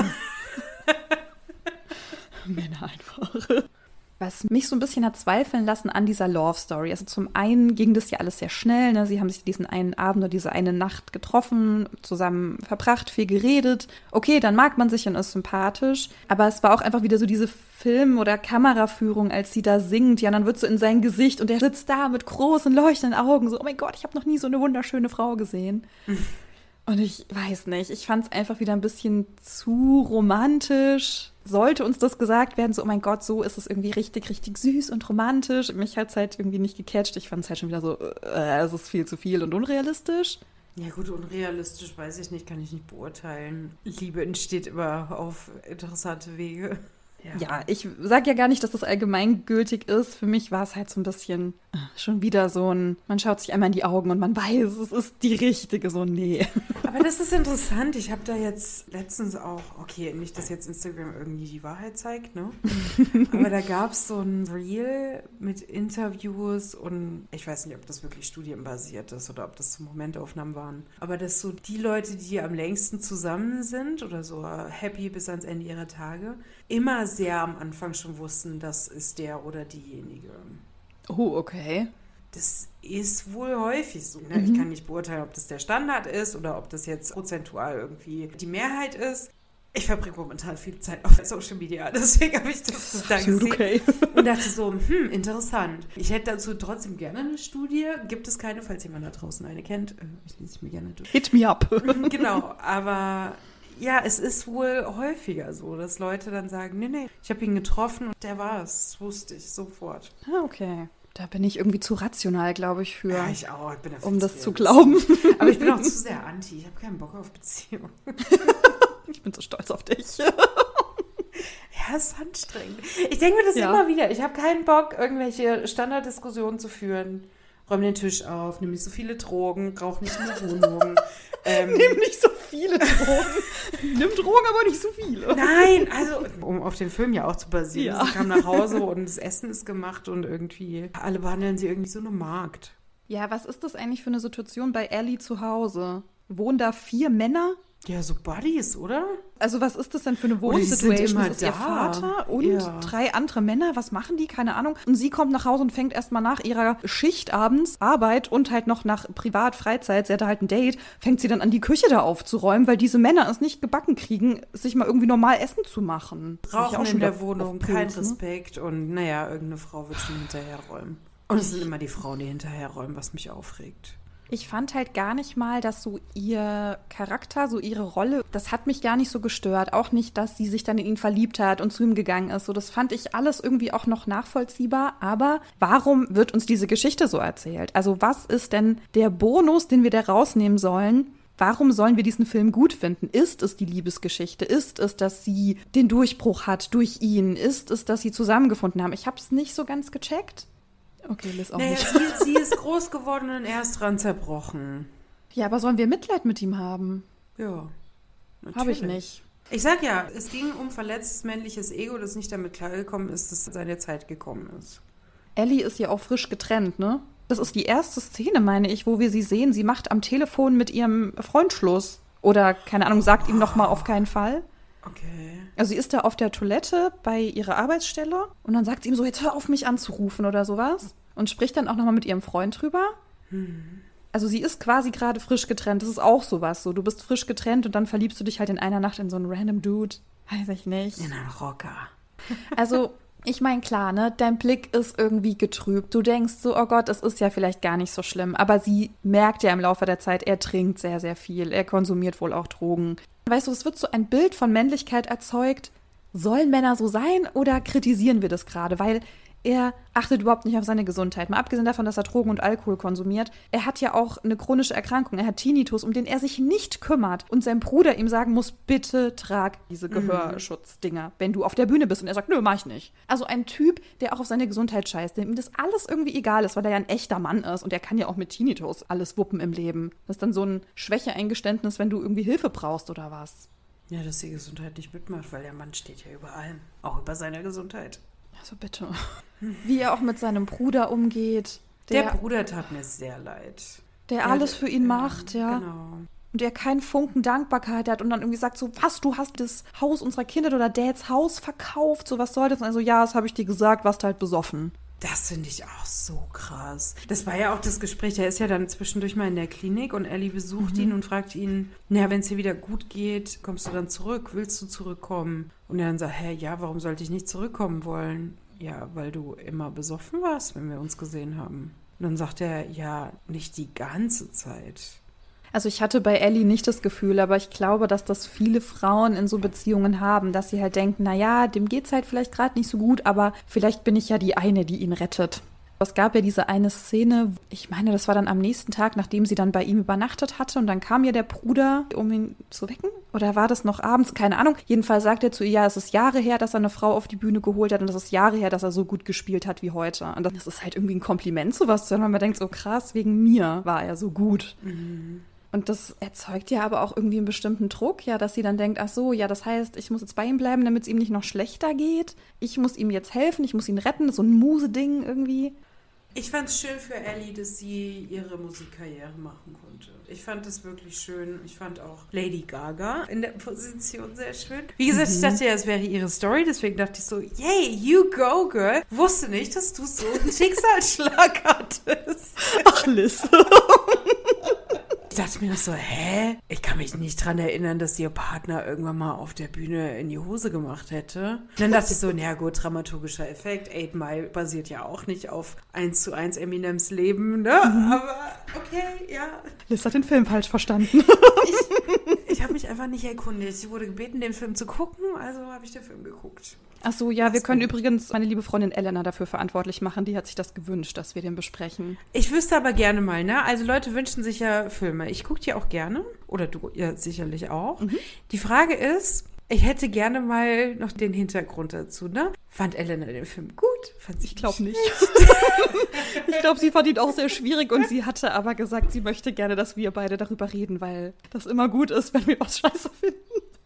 Speaker 2: Männer einfach. Was mich so ein bisschen hat zweifeln lassen an dieser Love-Story. Also zum einen ging das ja alles sehr schnell. Ne? Sie haben sich diesen einen Abend oder diese eine Nacht getroffen, zusammen verbracht, viel geredet. Okay, dann mag man sich und ist sympathisch. Aber es war auch einfach wieder so diese Film- oder Kameraführung, als sie da singt. Ja, dann wird so in sein Gesicht und er sitzt da mit großen, leuchtenden Augen. So, oh mein Gott, ich habe noch nie so eine wunderschöne Frau gesehen. Und ich weiß nicht, ich fand es einfach wieder ein bisschen zu romantisch. Sollte uns das gesagt werden, so, oh mein Gott, so ist es irgendwie richtig, richtig süß und romantisch. Mich hat es halt irgendwie nicht gecatcht. Ich fand es halt schon wieder so, es ist viel zu viel und unrealistisch.
Speaker 1: Ja gut, unrealistisch weiß ich nicht, kann ich nicht beurteilen. Liebe entsteht immer auf interessante Wege.
Speaker 2: Ja, ich sage ja gar nicht, dass das allgemeingültig ist. Für mich war es halt so ein bisschen schon wieder so ein, man schaut sich einmal in die Augen und man weiß, es ist die richtige, so nee.
Speaker 1: Aber das ist interessant. Ich habe da jetzt letztens auch, okay, nicht, dass jetzt Instagram irgendwie die Wahrheit zeigt, ne? Aber da gab es so ein Reel mit Interviews und ich weiß nicht, ob das wirklich studienbasiert ist oder ob das so Momentaufnahmen waren. Aber dass so die Leute, die am längsten zusammen sind oder so happy bis ans Ende ihrer Tage, immer sehr am Anfang schon wussten, das ist der oder diejenige.
Speaker 2: Oh, okay.
Speaker 1: Das ist wohl häufig so. Ne? Ich kann nicht beurteilen, ob das der Standard ist oder ob das jetzt prozentual irgendwie die Mehrheit ist. Ich verbringe momentan viel Zeit auf Social Media, deswegen habe ich das da gesehen
Speaker 2: okay.
Speaker 1: Und dachte so, interessant. Ich hätte dazu trotzdem gerne eine Studie. Gibt es keine, falls jemand da draußen eine kennt. Ich lese mir gerne durch.
Speaker 2: Hit me up.
Speaker 1: Genau, aber... Ja, es ist wohl häufiger so, dass Leute dann sagen, nee, ich habe ihn getroffen und der war es, das wusste ich sofort.
Speaker 2: Ah, okay. Da bin ich irgendwie zu rational, glaube ich, für.
Speaker 1: Ja, ich auch. Ich bin
Speaker 2: um das zu glauben.
Speaker 1: Aber ich bin auch zu sehr anti. Ich habe keinen Bock auf Beziehungen.
Speaker 2: Ich bin so stolz auf dich.
Speaker 1: Ja, ist anstrengend. Ich denke mir das immer wieder. Ich habe keinen Bock, irgendwelche Standarddiskussionen zu führen. Räum den Tisch auf, nimm nicht so viele Drogen, rauch nicht in der Wohnung.
Speaker 2: Nimm nicht so viele Drogen. Nimm Drogen, aber nicht so viele.
Speaker 1: Nein, also um auf den Film ja auch zu basieren. Sie kam nach Hause und das Essen ist gemacht und irgendwie alle behandeln sie irgendwie so eine Magd.
Speaker 2: Ja, was ist das eigentlich für eine Situation bei Ellie zu Hause? Wohnen da 4 Männer?
Speaker 1: Ja, so Buddies, oder?
Speaker 2: Also was ist das denn für eine Wohnsituation? Das ist ihr
Speaker 1: da.
Speaker 2: Vater und 3 andere Männer. Was machen die? Keine Ahnung. Und sie kommt nach Hause und fängt erstmal nach ihrer Schicht abends Arbeit und halt noch nach Privat, Freizeit, sie hatte halt ein Date, fängt sie dann an, die Küche da aufzuräumen, weil diese Männer es nicht gebacken kriegen, sich mal irgendwie normal Essen zu machen.
Speaker 1: Rauchen in der Wohnung, kein Respekt und naja, irgendeine Frau wird schon hinterherräumen. Und es sind immer die Frauen, die hinterherräumen, was mich aufregt.
Speaker 2: Ich fand halt gar nicht mal, dass so ihr Charakter, so ihre Rolle, das hat mich gar nicht so gestört. Auch nicht, dass sie sich dann in ihn verliebt hat und zu ihm gegangen ist. So, das fand ich alles irgendwie auch noch nachvollziehbar. Aber warum wird uns diese Geschichte so erzählt? Also was ist denn der Bonus, den wir da rausnehmen sollen? Warum sollen wir diesen Film gut finden? Ist es die Liebesgeschichte? Ist es, dass sie den Durchbruch hat durch ihn? Ist es, dass sie zusammengefunden haben? Ich habe es nicht so ganz gecheckt. Okay, Liz auch nicht.
Speaker 1: Sie ist groß geworden und er ist dran zerbrochen.
Speaker 2: Ja, aber sollen wir Mitleid mit ihm haben?
Speaker 1: Ja, natürlich.
Speaker 2: Habe ich nicht.
Speaker 1: Ich sag ja, es ging um verletztes männliches Ego, das nicht damit klargekommen ist, dass seine Zeit gekommen ist.
Speaker 2: Ellie ist ja auch frisch getrennt, ne? Das ist die erste Szene, meine ich, wo wir sie sehen. Sie macht am Telefon mit ihrem Freund Schluss. Oder, keine Ahnung, sagt ihm nochmal auf keinen Fall.
Speaker 1: Okay.
Speaker 2: Also sie ist da auf der Toilette bei ihrer Arbeitsstelle und dann sagt sie ihm so, jetzt hör auf mich anzurufen oder sowas. Und spricht dann auch nochmal mit ihrem Freund drüber. Also sie ist quasi gerade frisch getrennt. Das ist auch sowas. So, du bist frisch getrennt und dann verliebst du dich halt in einer Nacht in so einen random Dude. Weiß ich nicht.
Speaker 1: In einen Rocker.
Speaker 2: Also, ich meine, klar, ne, dein Blick ist irgendwie getrübt. Du denkst so, oh Gott, es ist ja vielleicht gar nicht so schlimm. Aber sie merkt ja im Laufe der Zeit, er trinkt sehr, sehr viel. Er konsumiert wohl auch Drogen. Weißt du, es wird so ein Bild von Männlichkeit erzeugt. Sollen Männer so sein oder kritisieren wir das gerade? Weil er achtet überhaupt nicht auf seine Gesundheit. Mal abgesehen davon, dass er Drogen und Alkohol konsumiert. Er hat ja auch eine chronische Erkrankung. Er hat Tinnitus, um den er sich nicht kümmert. Und sein Bruder ihm sagen muss, bitte trag diese Gehörschutzdinger, wenn du auf der Bühne bist. Und er sagt, nö, mach ich nicht. Also ein Typ, der auch auf seine Gesundheit scheißt, dem das alles irgendwie egal ist, weil er ja ein echter Mann ist. Und er kann ja auch mit Tinnitus alles wuppen im Leben. Das ist dann so ein Schwächeeingeständnis, wenn du irgendwie Hilfe brauchst oder was.
Speaker 1: Ja, dass die Gesundheit nicht mitmacht, weil der Mann steht ja über allem. Auch über seiner Gesundheit.
Speaker 2: Also bitte. Wie er auch mit seinem Bruder umgeht.
Speaker 1: Der Bruder tat mir sehr leid.
Speaker 2: Der alles für ihn macht, ja.
Speaker 1: Genau.
Speaker 2: Und der keinen Funken Dankbarkeit hat und dann irgendwie sagt so, was, du hast das Haus unserer Kinder oder Dads Haus verkauft, so was soll das? Und also, ja, das habe ich dir gesagt, warst halt besoffen.
Speaker 1: Das finde ich auch so krass. Das war ja auch das Gespräch, der ist ja dann zwischendurch mal in der Klinik und Ellie besucht ihn und fragt ihn, naja, wenn es dir wieder gut geht, kommst du dann zurück? Willst du zurückkommen? Und er dann sagt, ja, warum sollte ich nicht zurückkommen wollen? Ja, weil du immer besoffen warst, wenn wir uns gesehen haben. Und dann sagt er, ja, nicht die ganze Zeit.
Speaker 2: Also ich hatte bei Ellie nicht das Gefühl, aber ich glaube, dass das viele Frauen in so Beziehungen haben, dass sie halt denken, naja, dem geht's halt vielleicht gerade nicht so gut, aber vielleicht bin ich ja die eine, die ihn rettet. Es gab ja diese eine Szene, ich meine, das war dann am nächsten Tag, nachdem sie dann bei ihm übernachtet hatte und dann kam ja der Bruder, um ihn zu wecken. Oder war das noch abends? Keine Ahnung. Jedenfalls sagt er zu ihr, ja, es ist Jahre her, dass er eine Frau auf die Bühne geholt hat und es ist Jahre her, dass er so gut gespielt hat wie heute. Und das ist halt irgendwie ein Kompliment, sowas zu hören, weil man denkt, so krass, wegen mir war er so gut. Mhm. Und das erzeugt ja aber auch irgendwie einen bestimmten Druck, ja, dass sie dann denkt, ach so, ja, das heißt, ich muss jetzt bei ihm bleiben, damit es ihm nicht noch schlechter geht. Ich muss ihm jetzt helfen, ich muss ihn retten, so ein Muse-Ding irgendwie.
Speaker 1: Ich fand es schön für Ellie, dass sie ihre Musikkarriere machen konnte. Ich fand das wirklich schön. Ich fand auch Lady Gaga in der Position sehr schön. Wie gesagt, ich dachte ja, es wäre ihre Story, deswegen dachte ich so, yay, you go, girl. Wusste nicht, dass du so einen Schicksalsschlag hattest.
Speaker 2: Ach, Liz.
Speaker 1: Ich dachte mir noch so, ich kann mich nicht dran erinnern, dass ihr Partner irgendwann mal auf der Bühne in die Hose gemacht hätte. Und dann dachte ich so, na gut, dramaturgischer Effekt. 8 Mile basiert ja auch nicht auf 1:1 Eminems Leben, ne? Aber okay, ja.
Speaker 2: Liz hat den Film falsch verstanden.
Speaker 1: Ich habe mich mich einfach nicht erkundigt. Ich wurde gebeten, den Film zu gucken, also habe ich den Film geguckt.
Speaker 2: Ach so, ja, wir können übrigens meine liebe Freundin Elena dafür verantwortlich machen. Die hat sich das gewünscht, dass wir den besprechen.
Speaker 1: Ich wüsste aber gerne mal, ne? Also Leute wünschen sich ja Filme. Ich gucke die auch gerne. Oder du ja sicherlich auch. Mhm. Die Frage ist, ich hätte gerne mal noch den Hintergrund dazu, ne? Fand Elena den Film gut?
Speaker 2: Ich glaube nicht. Ich glaube, sie fand ihn auch sehr schwierig und sie hatte aber gesagt, sie möchte gerne, dass wir beide darüber reden, weil das immer gut ist, wenn wir was scheiße finden.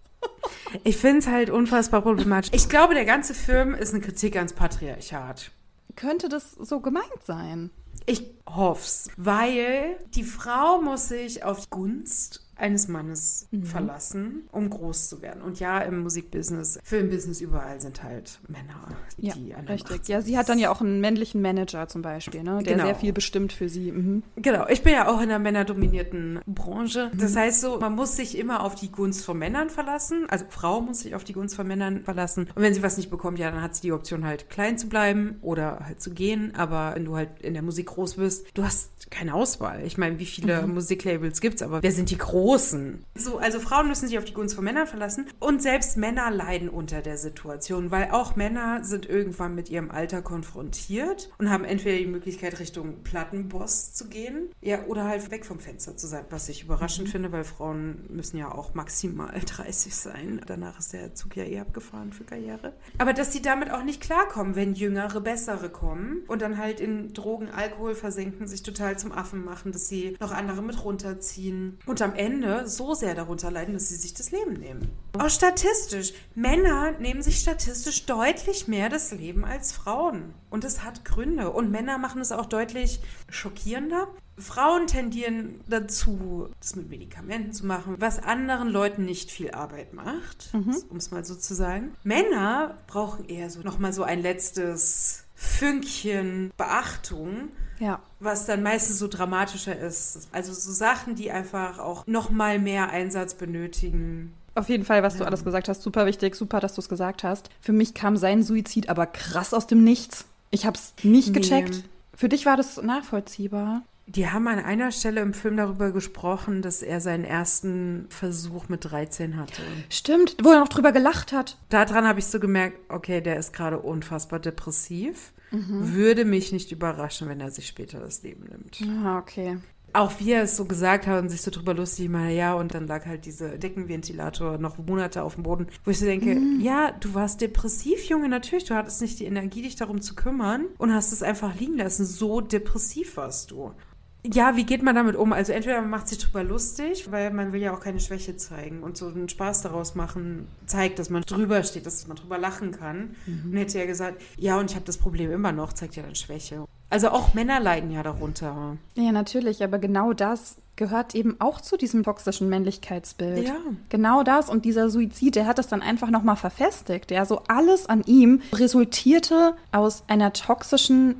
Speaker 1: Ich finde es halt unfassbar problematisch. Ich glaube, der ganze Film ist eine Kritik ans Patriarchat.
Speaker 2: Könnte das so gemeint sein?
Speaker 1: Ich hoff's, weil die Frau muss sich auf die Gunst eines Mannes verlassen, um groß zu werden. Und ja, im Musikbusiness, Filmbusiness, überall sind halt Männer, die an der Macht sind.
Speaker 2: Ja, sie hat dann ja auch einen männlichen Manager zum Beispiel, ne? Der sehr viel bestimmt für sie. Mhm.
Speaker 1: Genau, ich bin ja auch in einer männerdominierten Branche. Das heißt so, man muss sich immer auf die Gunst von Männern verlassen. Also Frau muss sich auf die Gunst von Männern verlassen. Und wenn sie was nicht bekommt, ja, dann hat sie die Option halt klein zu bleiben oder halt zu gehen. Aber wenn du halt in der Musik groß bist, du hast keine Auswahl. Ich meine, wie viele Musiklabels gibt's, aber wer sind die Großen? So, also Frauen müssen sich auf die Gunst von Männern verlassen und selbst Männer leiden unter der Situation, weil auch Männer sind irgendwann mit ihrem Alter konfrontiert und haben entweder die Möglichkeit, Richtung Plattenboss zu gehen, ja, oder halt weg vom Fenster zu sein, was ich überraschend finde, weil Frauen müssen ja auch maximal 30 sein. Danach ist der Zug ja abgefahren für Karriere. Aber dass sie damit auch nicht klarkommen, wenn Jüngere, Bessere kommen und dann halt in Drogen, Alkohol versenken, sich total zum Affen machen, dass sie noch andere mit runterziehen und am Ende so sehr darunter leiden, dass sie sich das Leben nehmen. Auch statistisch. Männer nehmen sich statistisch deutlich mehr das Leben als Frauen. Und das hat Gründe. Und Männer machen es auch deutlich schockierender. Frauen tendieren dazu, das mit Medikamenten zu machen, was anderen Leuten nicht viel Arbeit macht, um es mal so zu sagen. Männer brauchen eher so nochmal so ein letztes Fünkchen Beachtung, was dann meistens so dramatischer ist. Also so Sachen, die einfach auch noch mal mehr Einsatz benötigen.
Speaker 2: Auf jeden Fall, was du alles gesagt hast, super wichtig, super, dass du es gesagt hast. Für mich kam sein Suizid aber krass aus dem Nichts. Ich habe es nicht gecheckt. Für dich war das nachvollziehbar?
Speaker 1: Die haben an einer Stelle im Film darüber gesprochen, dass er seinen ersten Versuch mit 13 hatte.
Speaker 2: Stimmt, wo er noch drüber gelacht hat.
Speaker 1: Daran habe ich so gemerkt, okay, der ist gerade unfassbar depressiv. Würde mich nicht überraschen, wenn er sich später das Leben nimmt.
Speaker 2: Ah, okay.
Speaker 1: Auch wie er es so gesagt hat und sich so drüber lustig gemacht, ja, und dann lag halt dieser Deckenventilator noch Monate auf dem Boden, wo ich so denke, ja, du warst depressiv, Junge, natürlich, du hattest nicht die Energie, dich darum zu kümmern und hast es einfach liegen lassen. So depressiv warst du. Ja, wie geht man damit um? Also entweder man macht sich drüber lustig, weil man will ja auch keine Schwäche zeigen und so einen Spaß daraus machen, zeigt, dass man drüber steht, dass man drüber lachen kann. Und hätte ja gesagt, ja, und ich habe das Problem immer noch, zeigt ja dann Schwäche. Also auch Männer leiden ja darunter.
Speaker 2: Ja, natürlich, aber genau das gehört eben auch zu diesem toxischen Männlichkeitsbild.
Speaker 1: Ja.
Speaker 2: Genau das und dieser Suizid, der hat das dann einfach nochmal verfestigt. Ja, so alles an ihm resultierte aus einer toxischen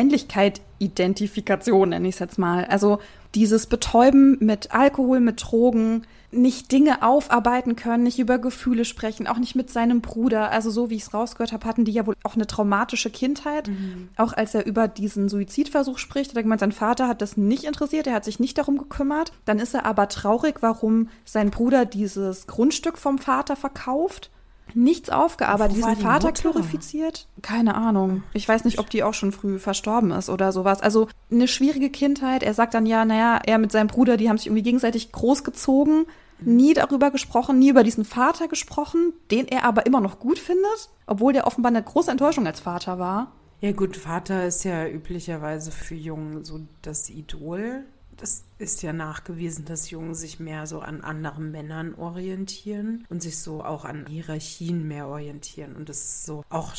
Speaker 2: Männlichkeit-Identifikation, nenne ich es jetzt mal. Also dieses Betäuben mit Alkohol, mit Drogen, nicht Dinge aufarbeiten können, nicht über Gefühle sprechen, auch nicht mit seinem Bruder. Also so wie ich es rausgehört habe, hatten die ja wohl auch eine traumatische Kindheit. Auch als er über diesen Suizidversuch spricht, hat er gemeint, sein Vater hat das nicht interessiert, er hat sich nicht darum gekümmert. Dann ist er aber traurig, warum sein Bruder dieses Grundstück vom Vater verkauft. Nichts aufgearbeitet, diesen Vater glorifiziert. Keine Ahnung. Ich weiß nicht, ob die auch schon früh verstorben ist oder sowas. Also eine schwierige Kindheit. Er sagt dann ja, naja, er mit seinem Bruder, die haben sich irgendwie gegenseitig großgezogen. Nie darüber gesprochen, nie über diesen Vater gesprochen, den er aber immer noch gut findet, obwohl der offenbar eine große Enttäuschung als Vater war.
Speaker 1: Ja gut, Vater ist ja üblicherweise für Jungen so das Idol. Das ist ja nachgewiesen, dass Jungen sich mehr so an anderen Männern orientieren und sich so auch an Hierarchien mehr orientieren. Und das so auch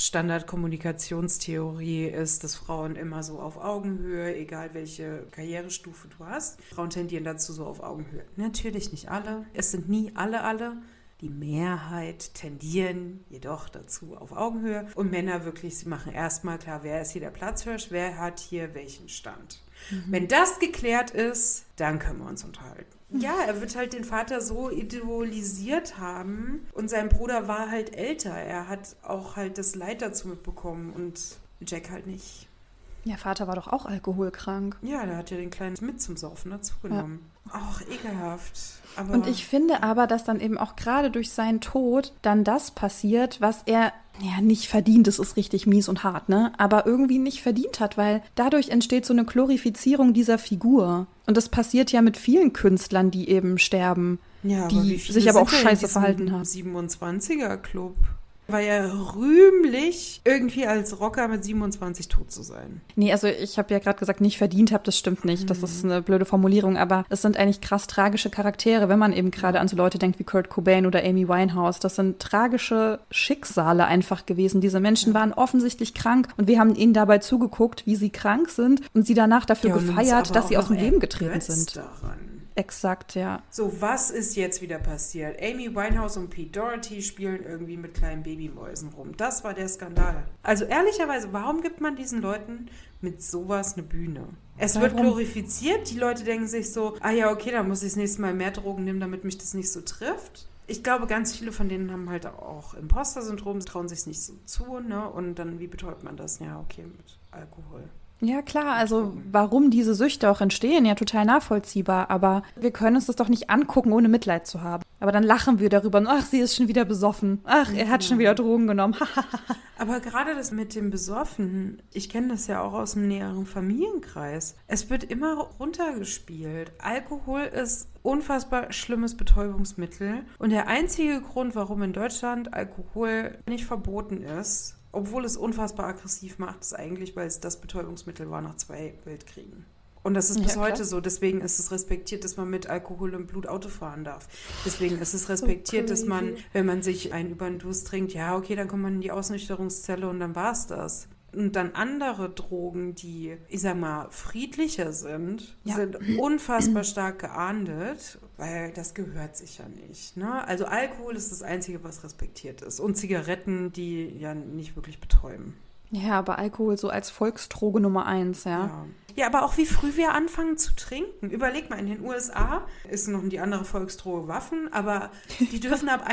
Speaker 1: Standardkommunikationstheorie ist, dass Frauen immer so auf Augenhöhe, egal welche Karrierestufe du hast, Frauen tendieren dazu so auf Augenhöhe. Natürlich nicht alle. Es sind nie alle. Die Mehrheit tendieren jedoch dazu auf Augenhöhe. Und Männer wirklich, sie machen erstmal klar, wer ist hier der Platzhirsch, wer hat hier welchen Stand. Wenn das geklärt ist, dann können wir uns unterhalten. Ja, er wird halt den Vater so idolisiert haben und sein Bruder war halt älter. Er hat auch halt das Leid dazu mitbekommen und Jack halt nicht.
Speaker 2: Ja, Vater war doch auch alkoholkrank.
Speaker 1: Ja, der hat ja den Kleinen mit zum Saufen dazugenommen. Ja. Ach, ekelhaft.
Speaker 2: Und ich finde aber, dass dann eben auch gerade durch seinen Tod dann das passiert, was er nicht verdient, das ist richtig mies und hart, ne? Aber irgendwie nicht verdient hat, weil dadurch entsteht so eine Glorifizierung dieser Figur. Und das passiert ja mit vielen Künstlern, die eben sterben, die sich aber auch scheiße verhalten haben.
Speaker 1: 27er-Club. War ja rühmlich, irgendwie als Rocker mit 27 tot zu sein.
Speaker 2: Nee, also ich habe ja gerade gesagt, nicht verdient habe, das stimmt nicht. Das ist eine blöde Formulierung, aber es sind eigentlich krass tragische Charaktere, wenn man eben gerade an so Leute denkt wie Kurt Cobain oder Amy Winehouse. Das sind tragische Schicksale einfach gewesen. Diese Menschen waren offensichtlich krank und wir haben ihnen dabei zugeguckt, wie sie krank sind und sie danach dafür gefeiert, dass sie aus dem Leben getreten sind.
Speaker 1: Daran.
Speaker 2: Exakt, ja.
Speaker 1: So, was ist jetzt wieder passiert? Amy Winehouse und Pete Doherty spielen irgendwie mit kleinen Babymäusen rum. Das war der Skandal. Also ehrlicherweise, warum gibt man diesen Leuten mit sowas eine Bühne? Es wird glorifiziert, die Leute denken sich so, ja, okay, dann muss ich das nächste Mal mehr Drogen nehmen, damit mich das nicht so trifft. Ich glaube, ganz viele von denen haben halt auch Imposter-Syndrom, trauen sich nicht so zu, ne? Und dann, wie betäubt man das? Ja, okay, mit Alkohol.
Speaker 2: Ja, klar, also warum diese Süchte auch entstehen, ja total nachvollziehbar, aber wir können uns das doch nicht angucken, ohne Mitleid zu haben. Aber dann lachen wir darüber und ach, sie ist schon wieder besoffen, ach, er hat schon wieder Drogen genommen.
Speaker 1: Aber gerade das mit dem Besoffen, ich kenne das ja auch aus dem näheren Familienkreis, es wird immer runtergespielt. Alkohol ist unfassbar schlimmes Betäubungsmittel und der einzige Grund, warum in Deutschland Alkohol nicht verboten ist, obwohl es unfassbar aggressiv macht, ist eigentlich, weil es das Betäubungsmittel war nach 2 Weltkriegen. Und das ist bis heute so. Deswegen ist es respektiert, dass man mit Alkohol im Blut Auto fahren darf. Deswegen ist es respektiert, dass man, wenn man sich einen über den Durst trinkt, ja, okay, dann kommt man in die Ausnüchterungszelle und dann war's das. Und dann andere Drogen, die, ich sag mal, friedlicher sind, sind unfassbar stark geahndet, weil das gehört sich ja nicht. Ne? Also Alkohol ist das Einzige, was respektiert ist. Und Zigaretten, die ja nicht wirklich betäuben.
Speaker 2: Ja, aber Alkohol so als Volksdroge Nummer 1, ja.
Speaker 1: Ja, aber auch wie früh wir anfangen zu trinken. Überleg mal, in den USA ist noch die andere Volksdroge Waffen, aber die dürfen ab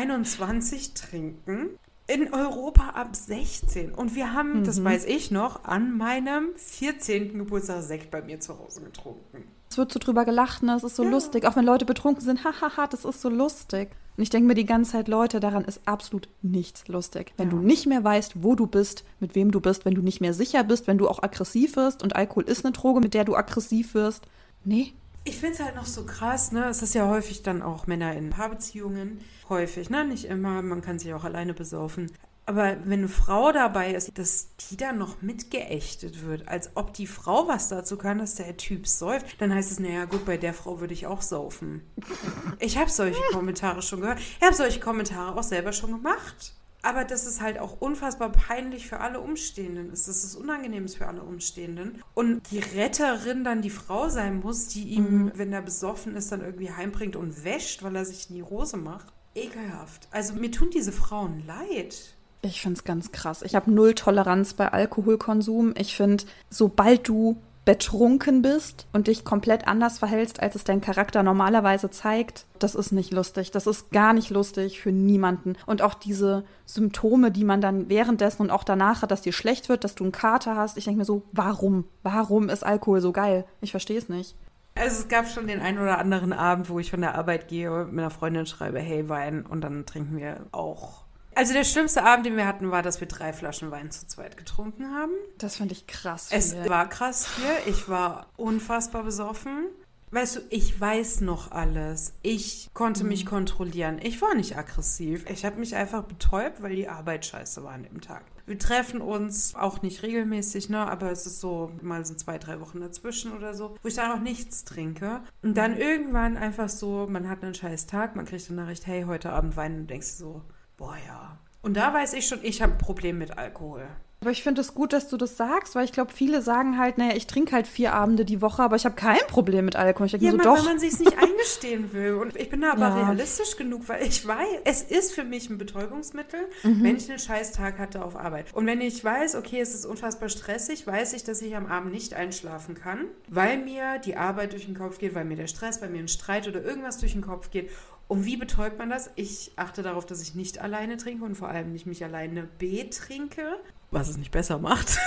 Speaker 1: 21 trinken. In Europa ab 16. Und wir haben, das weiß ich noch, an meinem 14. Geburtstag Sekt bei mir zu Hause getrunken.
Speaker 2: Es wird so drüber gelacht, ne? Es ist so lustig. Auch wenn Leute betrunken sind, hahaha, das ist so lustig. Und ich denke mir die ganze Zeit, Leute, daran ist absolut nichts lustig. Wenn du nicht mehr weißt, wo du bist, mit wem du bist, wenn du nicht mehr sicher bist, wenn du auch aggressiv wirst und Alkohol ist eine Droge, mit der du aggressiv wirst. Nee.
Speaker 1: Ich finde es halt noch so krass, ne? Es ist ja häufig dann auch Männer in Paarbeziehungen. Häufig, ne? Nicht immer, man kann sich auch alleine besaufen. Aber wenn eine Frau dabei ist, dass die dann noch mitgeächtet wird, als ob die Frau was dazu kann, dass der Typ säuft, dann heißt es, naja gut, bei der Frau würde ich auch saufen. Ich habe solche Kommentare schon gehört. Ich habe solche Kommentare auch selber schon gemacht. Aber das ist halt auch unfassbar peinlich für alle Umstehenden. Das ist unangenehm für alle Umstehenden. Und die Retterin dann die Frau sein muss, die ihm, wenn er besoffen ist, dann irgendwie heimbringt und wäscht, weil er sich in die Hose macht. Ekelhaft. Also mir tun diese Frauen leid.
Speaker 2: Ich finde es ganz krass. Ich habe 0 Toleranz bei Alkoholkonsum. Ich finde, sobald du betrunken bist und dich komplett anders verhältst, als es dein Charakter normalerweise zeigt, das ist nicht lustig. Das ist gar nicht lustig für niemanden. Und auch diese Symptome, die man dann währenddessen und auch danach hat, dass dir schlecht wird, dass du einen Kater hast. Ich denke mir so, warum? Warum ist Alkohol so geil? Ich verstehe es nicht.
Speaker 1: Also es gab schon den einen oder anderen Abend, wo ich von der Arbeit gehe und mit einer Freundin schreibe, hey, Wein, und dann trinken wir auch. Also der schlimmste Abend, den wir hatten, war, dass wir 3 Flaschen Wein zu zweit getrunken haben.
Speaker 2: Das fand ich krass.
Speaker 1: Es war krass viel. Ich war unfassbar besoffen. Weißt du, ich weiß noch alles. Ich konnte mich kontrollieren. Ich war nicht aggressiv. Ich habe mich einfach betäubt, weil die Arbeit scheiße war an dem Tag. Wir treffen uns auch nicht regelmäßig, ne? Aber es ist so, mal so 2-3 Wochen dazwischen oder so, wo ich dann auch nichts trinke. Und dann irgendwann einfach so, man hat einen scheiß Tag, man kriegt eine Nachricht, hey, heute Abend Wein, und du denkst so, boah, ja. Und da weiß ich schon, ich habe ein Problem mit Alkohol.
Speaker 2: Aber ich finde es gut, dass du das sagst, weil ich glaube, viele sagen halt, naja, ich trinke halt 4 Abende die Woche, aber ich habe kein Problem mit Alkohol. Ich denke so, doch.
Speaker 1: Wenn man sich es nicht eingestehen will. Und ich bin da aber realistisch genug, weil ich weiß, es ist für mich ein Betäubungsmittel, wenn ich einen scheiß Tag hatte auf Arbeit. Und wenn ich weiß, okay, es ist unfassbar stressig, weiß ich, dass ich am Abend nicht einschlafen kann, weil mir die Arbeit durch den Kopf geht, weil mir der Stress, weil mir ein Streit oder irgendwas durch den Kopf geht. Und wie betäubt man das? Ich achte darauf, dass ich nicht alleine trinke und vor allem nicht mich alleine betrinke. Was es nicht besser macht.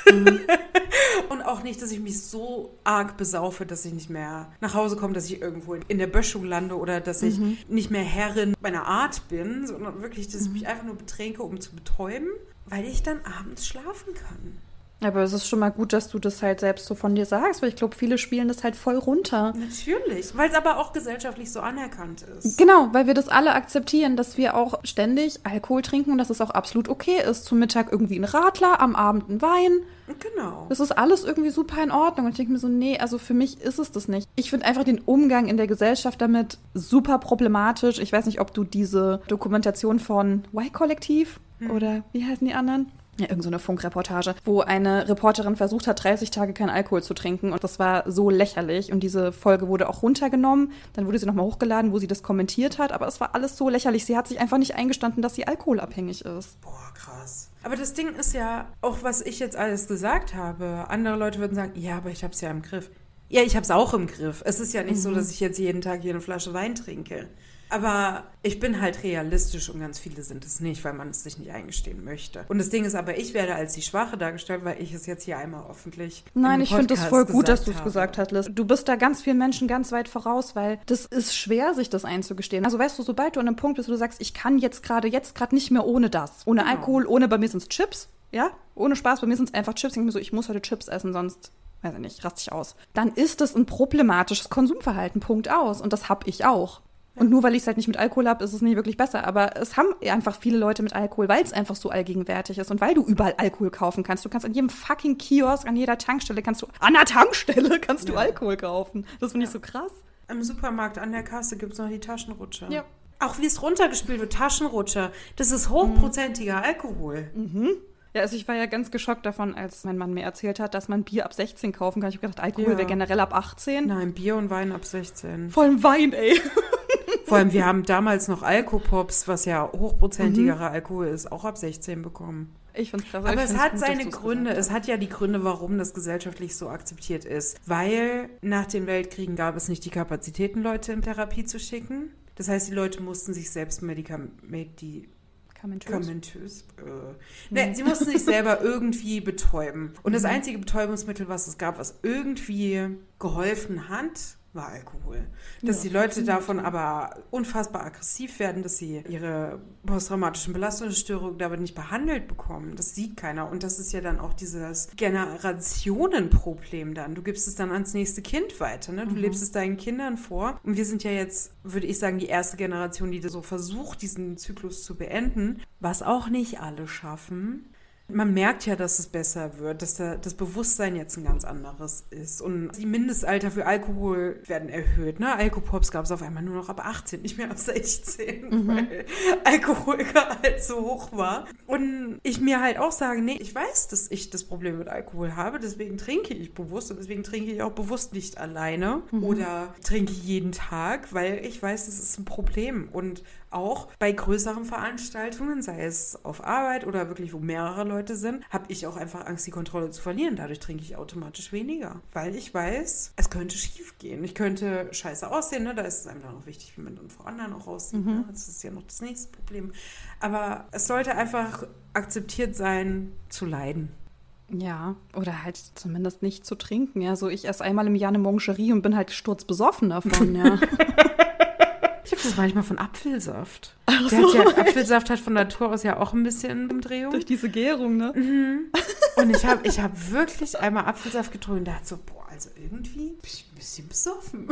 Speaker 1: Und auch nicht, dass ich mich so arg besaufe, dass ich nicht mehr nach Hause komme, dass ich irgendwo in der Böschung lande oder dass ich nicht mehr Herrin meiner Art bin, sondern wirklich, dass ich mich einfach nur betränke, um zu betäuben, weil ich dann abends schlafen kann.
Speaker 2: Aber es ist schon mal gut, dass du das halt selbst so von dir sagst, weil ich glaube, viele spielen das halt voll runter.
Speaker 1: Natürlich, weil es aber auch gesellschaftlich so anerkannt ist.
Speaker 2: Genau, weil wir das alle akzeptieren, dass wir auch ständig Alkohol trinken und dass es auch absolut okay ist. Zum Mittag irgendwie ein Radler, am Abend ein Wein.
Speaker 1: Genau.
Speaker 2: Das ist alles irgendwie super in Ordnung. Und ich denke mir so, nee, also für mich ist es das nicht. Ich finde einfach den Umgang in der Gesellschaft damit super problematisch. Ich weiß nicht, ob du diese Dokumentation von Y-Kollektiv oder wie heißen die anderen? Ja, irgend so eine Funkreportage, wo eine Reporterin versucht hat, 30 Tage keinen Alkohol zu trinken. Und das war so lächerlich. Und diese Folge wurde auch runtergenommen. Dann wurde sie nochmal hochgeladen, wo sie das kommentiert hat. Aber es war alles so lächerlich. Sie hat sich einfach nicht eingestanden, dass sie alkoholabhängig ist.
Speaker 1: Boah, krass. Aber das Ding ist ja, auch was ich jetzt alles gesagt habe, andere Leute würden sagen, ja, aber ich hab's ja im Griff. Ja, ich hab's auch im Griff. Es ist ja nicht so, dass ich jetzt jeden Tag hier eine Flasche Wein trinke. Aber ich bin halt realistisch und ganz viele sind es nicht, weil man es sich nicht eingestehen möchte. Und das Ding ist aber, ich werde als die Schwache dargestellt, weil ich es jetzt hier einmal öffentlich
Speaker 2: Nein, ich finde das voll gut, dass du es gesagt hast, Liz. Du bist da ganz vielen Menschen ganz weit voraus, weil das ist schwer, sich das einzugestehen. Also weißt du, sobald du an einem Punkt bist, wo du sagst, ich kann jetzt gerade nicht mehr ohne das. Ohne Alkohol, ohne, bei mir sind es Chips, ja? Ohne Spaß, bei mir sind es einfach Chips. Ich denke mir so, ich muss heute Chips essen, sonst, weiß ich nicht, raste ich aus. Dann ist das ein problematisches Konsumverhalten, Punkt aus. Und das habe ich auch. Und nur weil ich es halt nicht mit Alkohol habe, ist es nicht wirklich besser. Aber es haben einfach viele Leute mit Alkohol, weil es einfach so allgegenwärtig ist und weil du überall Alkohol kaufen kannst. Du kannst an jedem fucking Kiosk, an jeder Tankstelle, an der Tankstelle kannst du Alkohol kaufen. Das finde ich so krass.
Speaker 1: Im Supermarkt an der Kasse gibt es noch die Taschenrutscher.
Speaker 2: Ja.
Speaker 1: Auch wie es runtergespielt wird, Taschenrutscher. Das ist hochprozentiger Alkohol.
Speaker 2: Ja, also ich war ja ganz geschockt davon, als mein Mann mir erzählt hat, dass man Bier ab 16 kaufen kann. Ich habe gedacht, Alkohol wäre generell ab 18.
Speaker 1: Nein, Bier und Wein ab 16.
Speaker 2: Vor allem Wein, ey.
Speaker 1: Vor allem, wir haben damals noch Alkopops, was ja hochprozentigerer Alkohol ist, auch ab 16 bekommen.
Speaker 2: Ich finde es krass.
Speaker 1: Aber es hat seine Gründe. Es hat ja die Gründe, warum das gesellschaftlich so akzeptiert ist. Weil nach den Weltkriegen gab es nicht die Kapazitäten, Leute in Therapie zu schicken. Das heißt, die Leute mussten sich selbst sie mussten sich selber irgendwie betäuben. Und das einzige Betäubungsmittel, was es gab, was irgendwie geholfen hat, war Alkohol. Dass die Leute davon aber unfassbar aggressiv werden, dass sie ihre posttraumatischen Belastungsstörungen damit nicht behandelt bekommen. Das sieht keiner. Und das ist ja dann auch dieses Generationenproblem dann. Du gibst es dann ans nächste Kind weiter. Ne? Du lebst es deinen Kindern vor. Und wir sind ja jetzt, würde ich sagen, die erste Generation, die so versucht, diesen Zyklus zu beenden. Was auch nicht alle schaffen. Man merkt ja, dass es besser wird, dass das Bewusstsein jetzt ein ganz anderes ist. Und die Mindestalter für Alkohol werden erhöht. Ne? Alkopops gab es auf einmal nur noch ab 18, nicht mehr ab 16, weil Alkoholgehalt so hoch war. Und ich mir halt auch sage, nee, ich weiß, dass ich das Problem mit Alkohol habe, deswegen trinke ich bewusst und deswegen trinke ich auch bewusst nicht alleine oder trinke jeden Tag, weil ich weiß, das ist ein Problem. Und auch bei größeren Veranstaltungen, sei es auf Arbeit oder wirklich, wo mehrere Leute sind, habe ich auch einfach Angst, die Kontrolle zu verlieren. Dadurch trinke ich automatisch weniger, weil ich weiß, es könnte schief gehen. Ich könnte scheiße aussehen, ne? Da ist es einem dann auch wichtig, wie man dann vor anderen auch aussieht. Ne? Das ist ja noch das nächste Problem. Aber es sollte einfach akzeptiert sein, zu leiden.
Speaker 2: Ja, oder halt zumindest nicht zu trinken. Ja, so ich esse einmal im Jahr eine Moncherie und bin halt sturzbesoffen davon, ja.
Speaker 1: Ich habe das manchmal von Apfelsaft.
Speaker 2: Ach so.
Speaker 1: Apfelsaft hat von Natur aus ja auch ein bisschen Umdrehung.
Speaker 2: Durch diese Gärung, ne?
Speaker 1: Und ich hab wirklich einmal Apfelsaft getrunken und dachte so, boah, also irgendwie bin ich ein bisschen besoffen.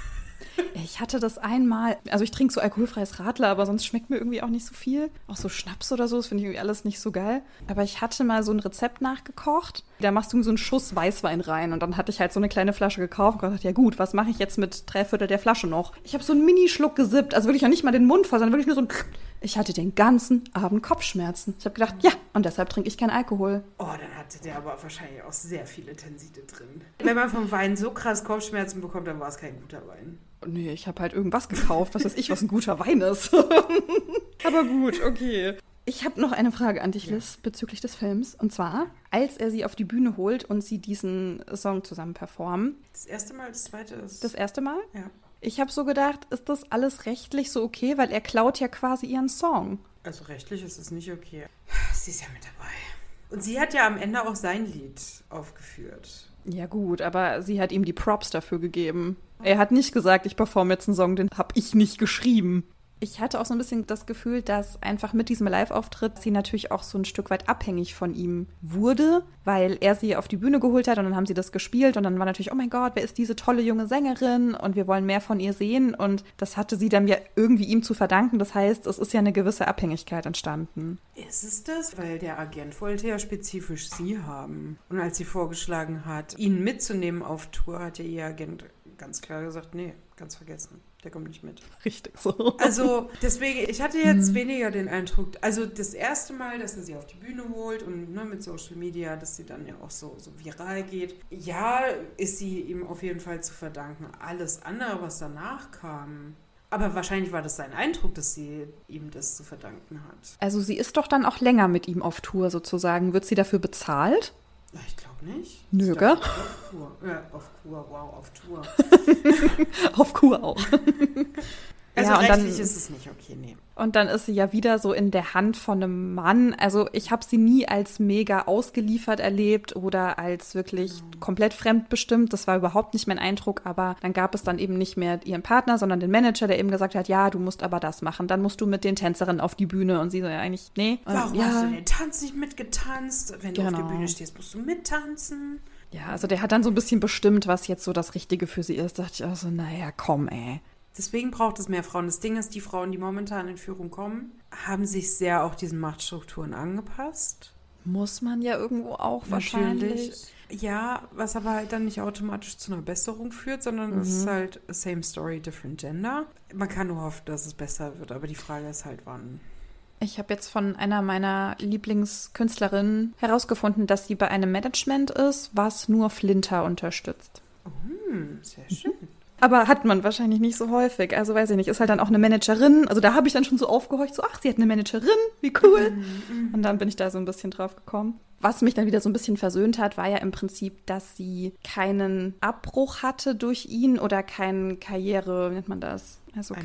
Speaker 2: Ich hatte das einmal, also ich trinke so alkoholfreies Radler, aber sonst schmeckt mir irgendwie auch nicht so viel. Auch so Schnaps oder so, das finde ich irgendwie alles nicht so geil. Aber ich hatte mal so ein Rezept nachgekocht. Da machst du so einen Schuss Weißwein rein und dann hatte ich halt so eine kleine Flasche gekauft und gedacht, ja gut, was mache ich jetzt mit 3/4 der Flasche noch? Ich habe so einen Minischluck gesippt, also wirklich noch nicht mal den Mund voll, sondern wirklich nur so ein... Ich hatte den ganzen Abend Kopfschmerzen. Ich habe gedacht, ja, und deshalb trinke ich keinen Alkohol.
Speaker 1: Oh, dann hatte der aber wahrscheinlich auch sehr viele Tenside drin. Wenn man vom Wein so krass Kopfschmerzen bekommt, dann war es kein guter Wein.
Speaker 2: Nee, ich habe halt irgendwas gekauft, was weiß ich, was ein guter Wein ist. Aber gut, okay. Ich habe noch eine Frage an dich, Liz, bezüglich des Films. Und zwar, als er sie auf die Bühne holt und sie diesen Song zusammen performen.
Speaker 1: Das erste Mal, das zweite ist...
Speaker 2: Das erste Mal?
Speaker 1: Ja.
Speaker 2: Ich habe so gedacht, ist das alles rechtlich so okay? Weil er klaut ja quasi ihren Song.
Speaker 1: Also rechtlich ist es nicht okay. Sie ist ja mit dabei. Und sie hat ja am Ende auch sein Lied aufgeführt.
Speaker 2: Ja gut, aber sie hat ihm die Props dafür gegeben. Er hat nicht gesagt, ich performe jetzt einen Song, den habe ich nicht geschrieben. Ich hatte auch so ein bisschen das Gefühl, dass einfach mit diesem Live-Auftritt sie natürlich auch so ein Stück weit abhängig von ihm wurde, weil er sie auf die Bühne geholt hat und dann haben sie das gespielt und dann war natürlich, oh mein Gott, wer ist diese tolle junge Sängerin und wir wollen mehr von ihr sehen und das hatte sie dann ja irgendwie ihm zu verdanken. Das heißt, es ist ja eine gewisse Abhängigkeit entstanden.
Speaker 1: Ist es das? Weil der Agent wollte ja spezifisch sie haben. Und als sie vorgeschlagen hat, ihn mitzunehmen auf Tour, hat ja ihr Agent ganz klar gesagt, nee, ganz vergessen. Der kommt nicht mit.
Speaker 2: Richtig so.
Speaker 1: Also deswegen, ich hatte jetzt weniger den Eindruck, also das erste Mal, dass er sie auf die Bühne holt und mit Social Media, dass sie dann ja auch so viral geht. Ja, ist sie ihm auf jeden Fall zu verdanken. Alles andere, was danach kam. Aber wahrscheinlich war das sein Eindruck, dass sie ihm das zu verdanken hat.
Speaker 2: Also sie ist doch dann auch länger mit ihm auf Tour sozusagen. Wird sie dafür bezahlt?
Speaker 1: Ich glaube nicht.
Speaker 2: Nö, gell?
Speaker 1: Auf Kur. Auf Kur, wow, auf Tour.
Speaker 2: Auf Kur auch.
Speaker 1: Also
Speaker 2: ja, und
Speaker 1: rechtlich
Speaker 2: dann
Speaker 1: ist es nicht okay, nee.
Speaker 2: Und dann ist sie ja wieder so in der Hand von einem Mann. Also ich habe sie nie als mega ausgeliefert erlebt oder als wirklich komplett fremdbestimmt. Das war überhaupt nicht mein Eindruck. Aber dann gab es dann eben nicht mehr ihren Partner, sondern den Manager, der eben gesagt hat, ja, du musst aber das machen. Dann musst du mit den Tänzerinnen auf die Bühne. Und sie so, ja eigentlich, nee.
Speaker 1: Warum
Speaker 2: ja.
Speaker 1: hast du den Tanz nicht mitgetanzt? Wenn du auf der Bühne stehst, musst du mittanzen.
Speaker 2: Ja, also der hat dann so ein bisschen bestimmt, was jetzt so das Richtige für sie ist. Da dachte ich auch so, naja, komm, ey.
Speaker 1: Deswegen braucht es mehr Frauen. Das Ding ist, die Frauen, die momentan in Führung kommen, haben sich sehr auch diesen Machtstrukturen angepasst.
Speaker 2: Muss man ja irgendwo auch wahrscheinlich.
Speaker 1: Ja, was aber halt dann nicht automatisch zu einer Besserung führt, sondern es ist halt same story, different gender. Man kann nur hoffen, dass es besser wird, aber die Frage ist halt, wann.
Speaker 2: Ich habe jetzt von einer meiner Lieblingskünstlerinnen herausgefunden, dass sie bei einem Management ist, was nur Flinter unterstützt.
Speaker 1: Sehr schön.
Speaker 2: Aber hat man wahrscheinlich nicht so häufig. Also weiß ich nicht, ist halt dann auch eine Managerin. Also da habe ich dann schon so aufgehorcht, so ach, sie hat eine Managerin, wie cool. Und dann bin ich da so ein bisschen drauf gekommen. Was mich dann wieder so ein bisschen versöhnt hat, war ja im Prinzip, dass sie keinen Abbruch hatte durch ihn oder keinen Karriere, wie nennt man das? Also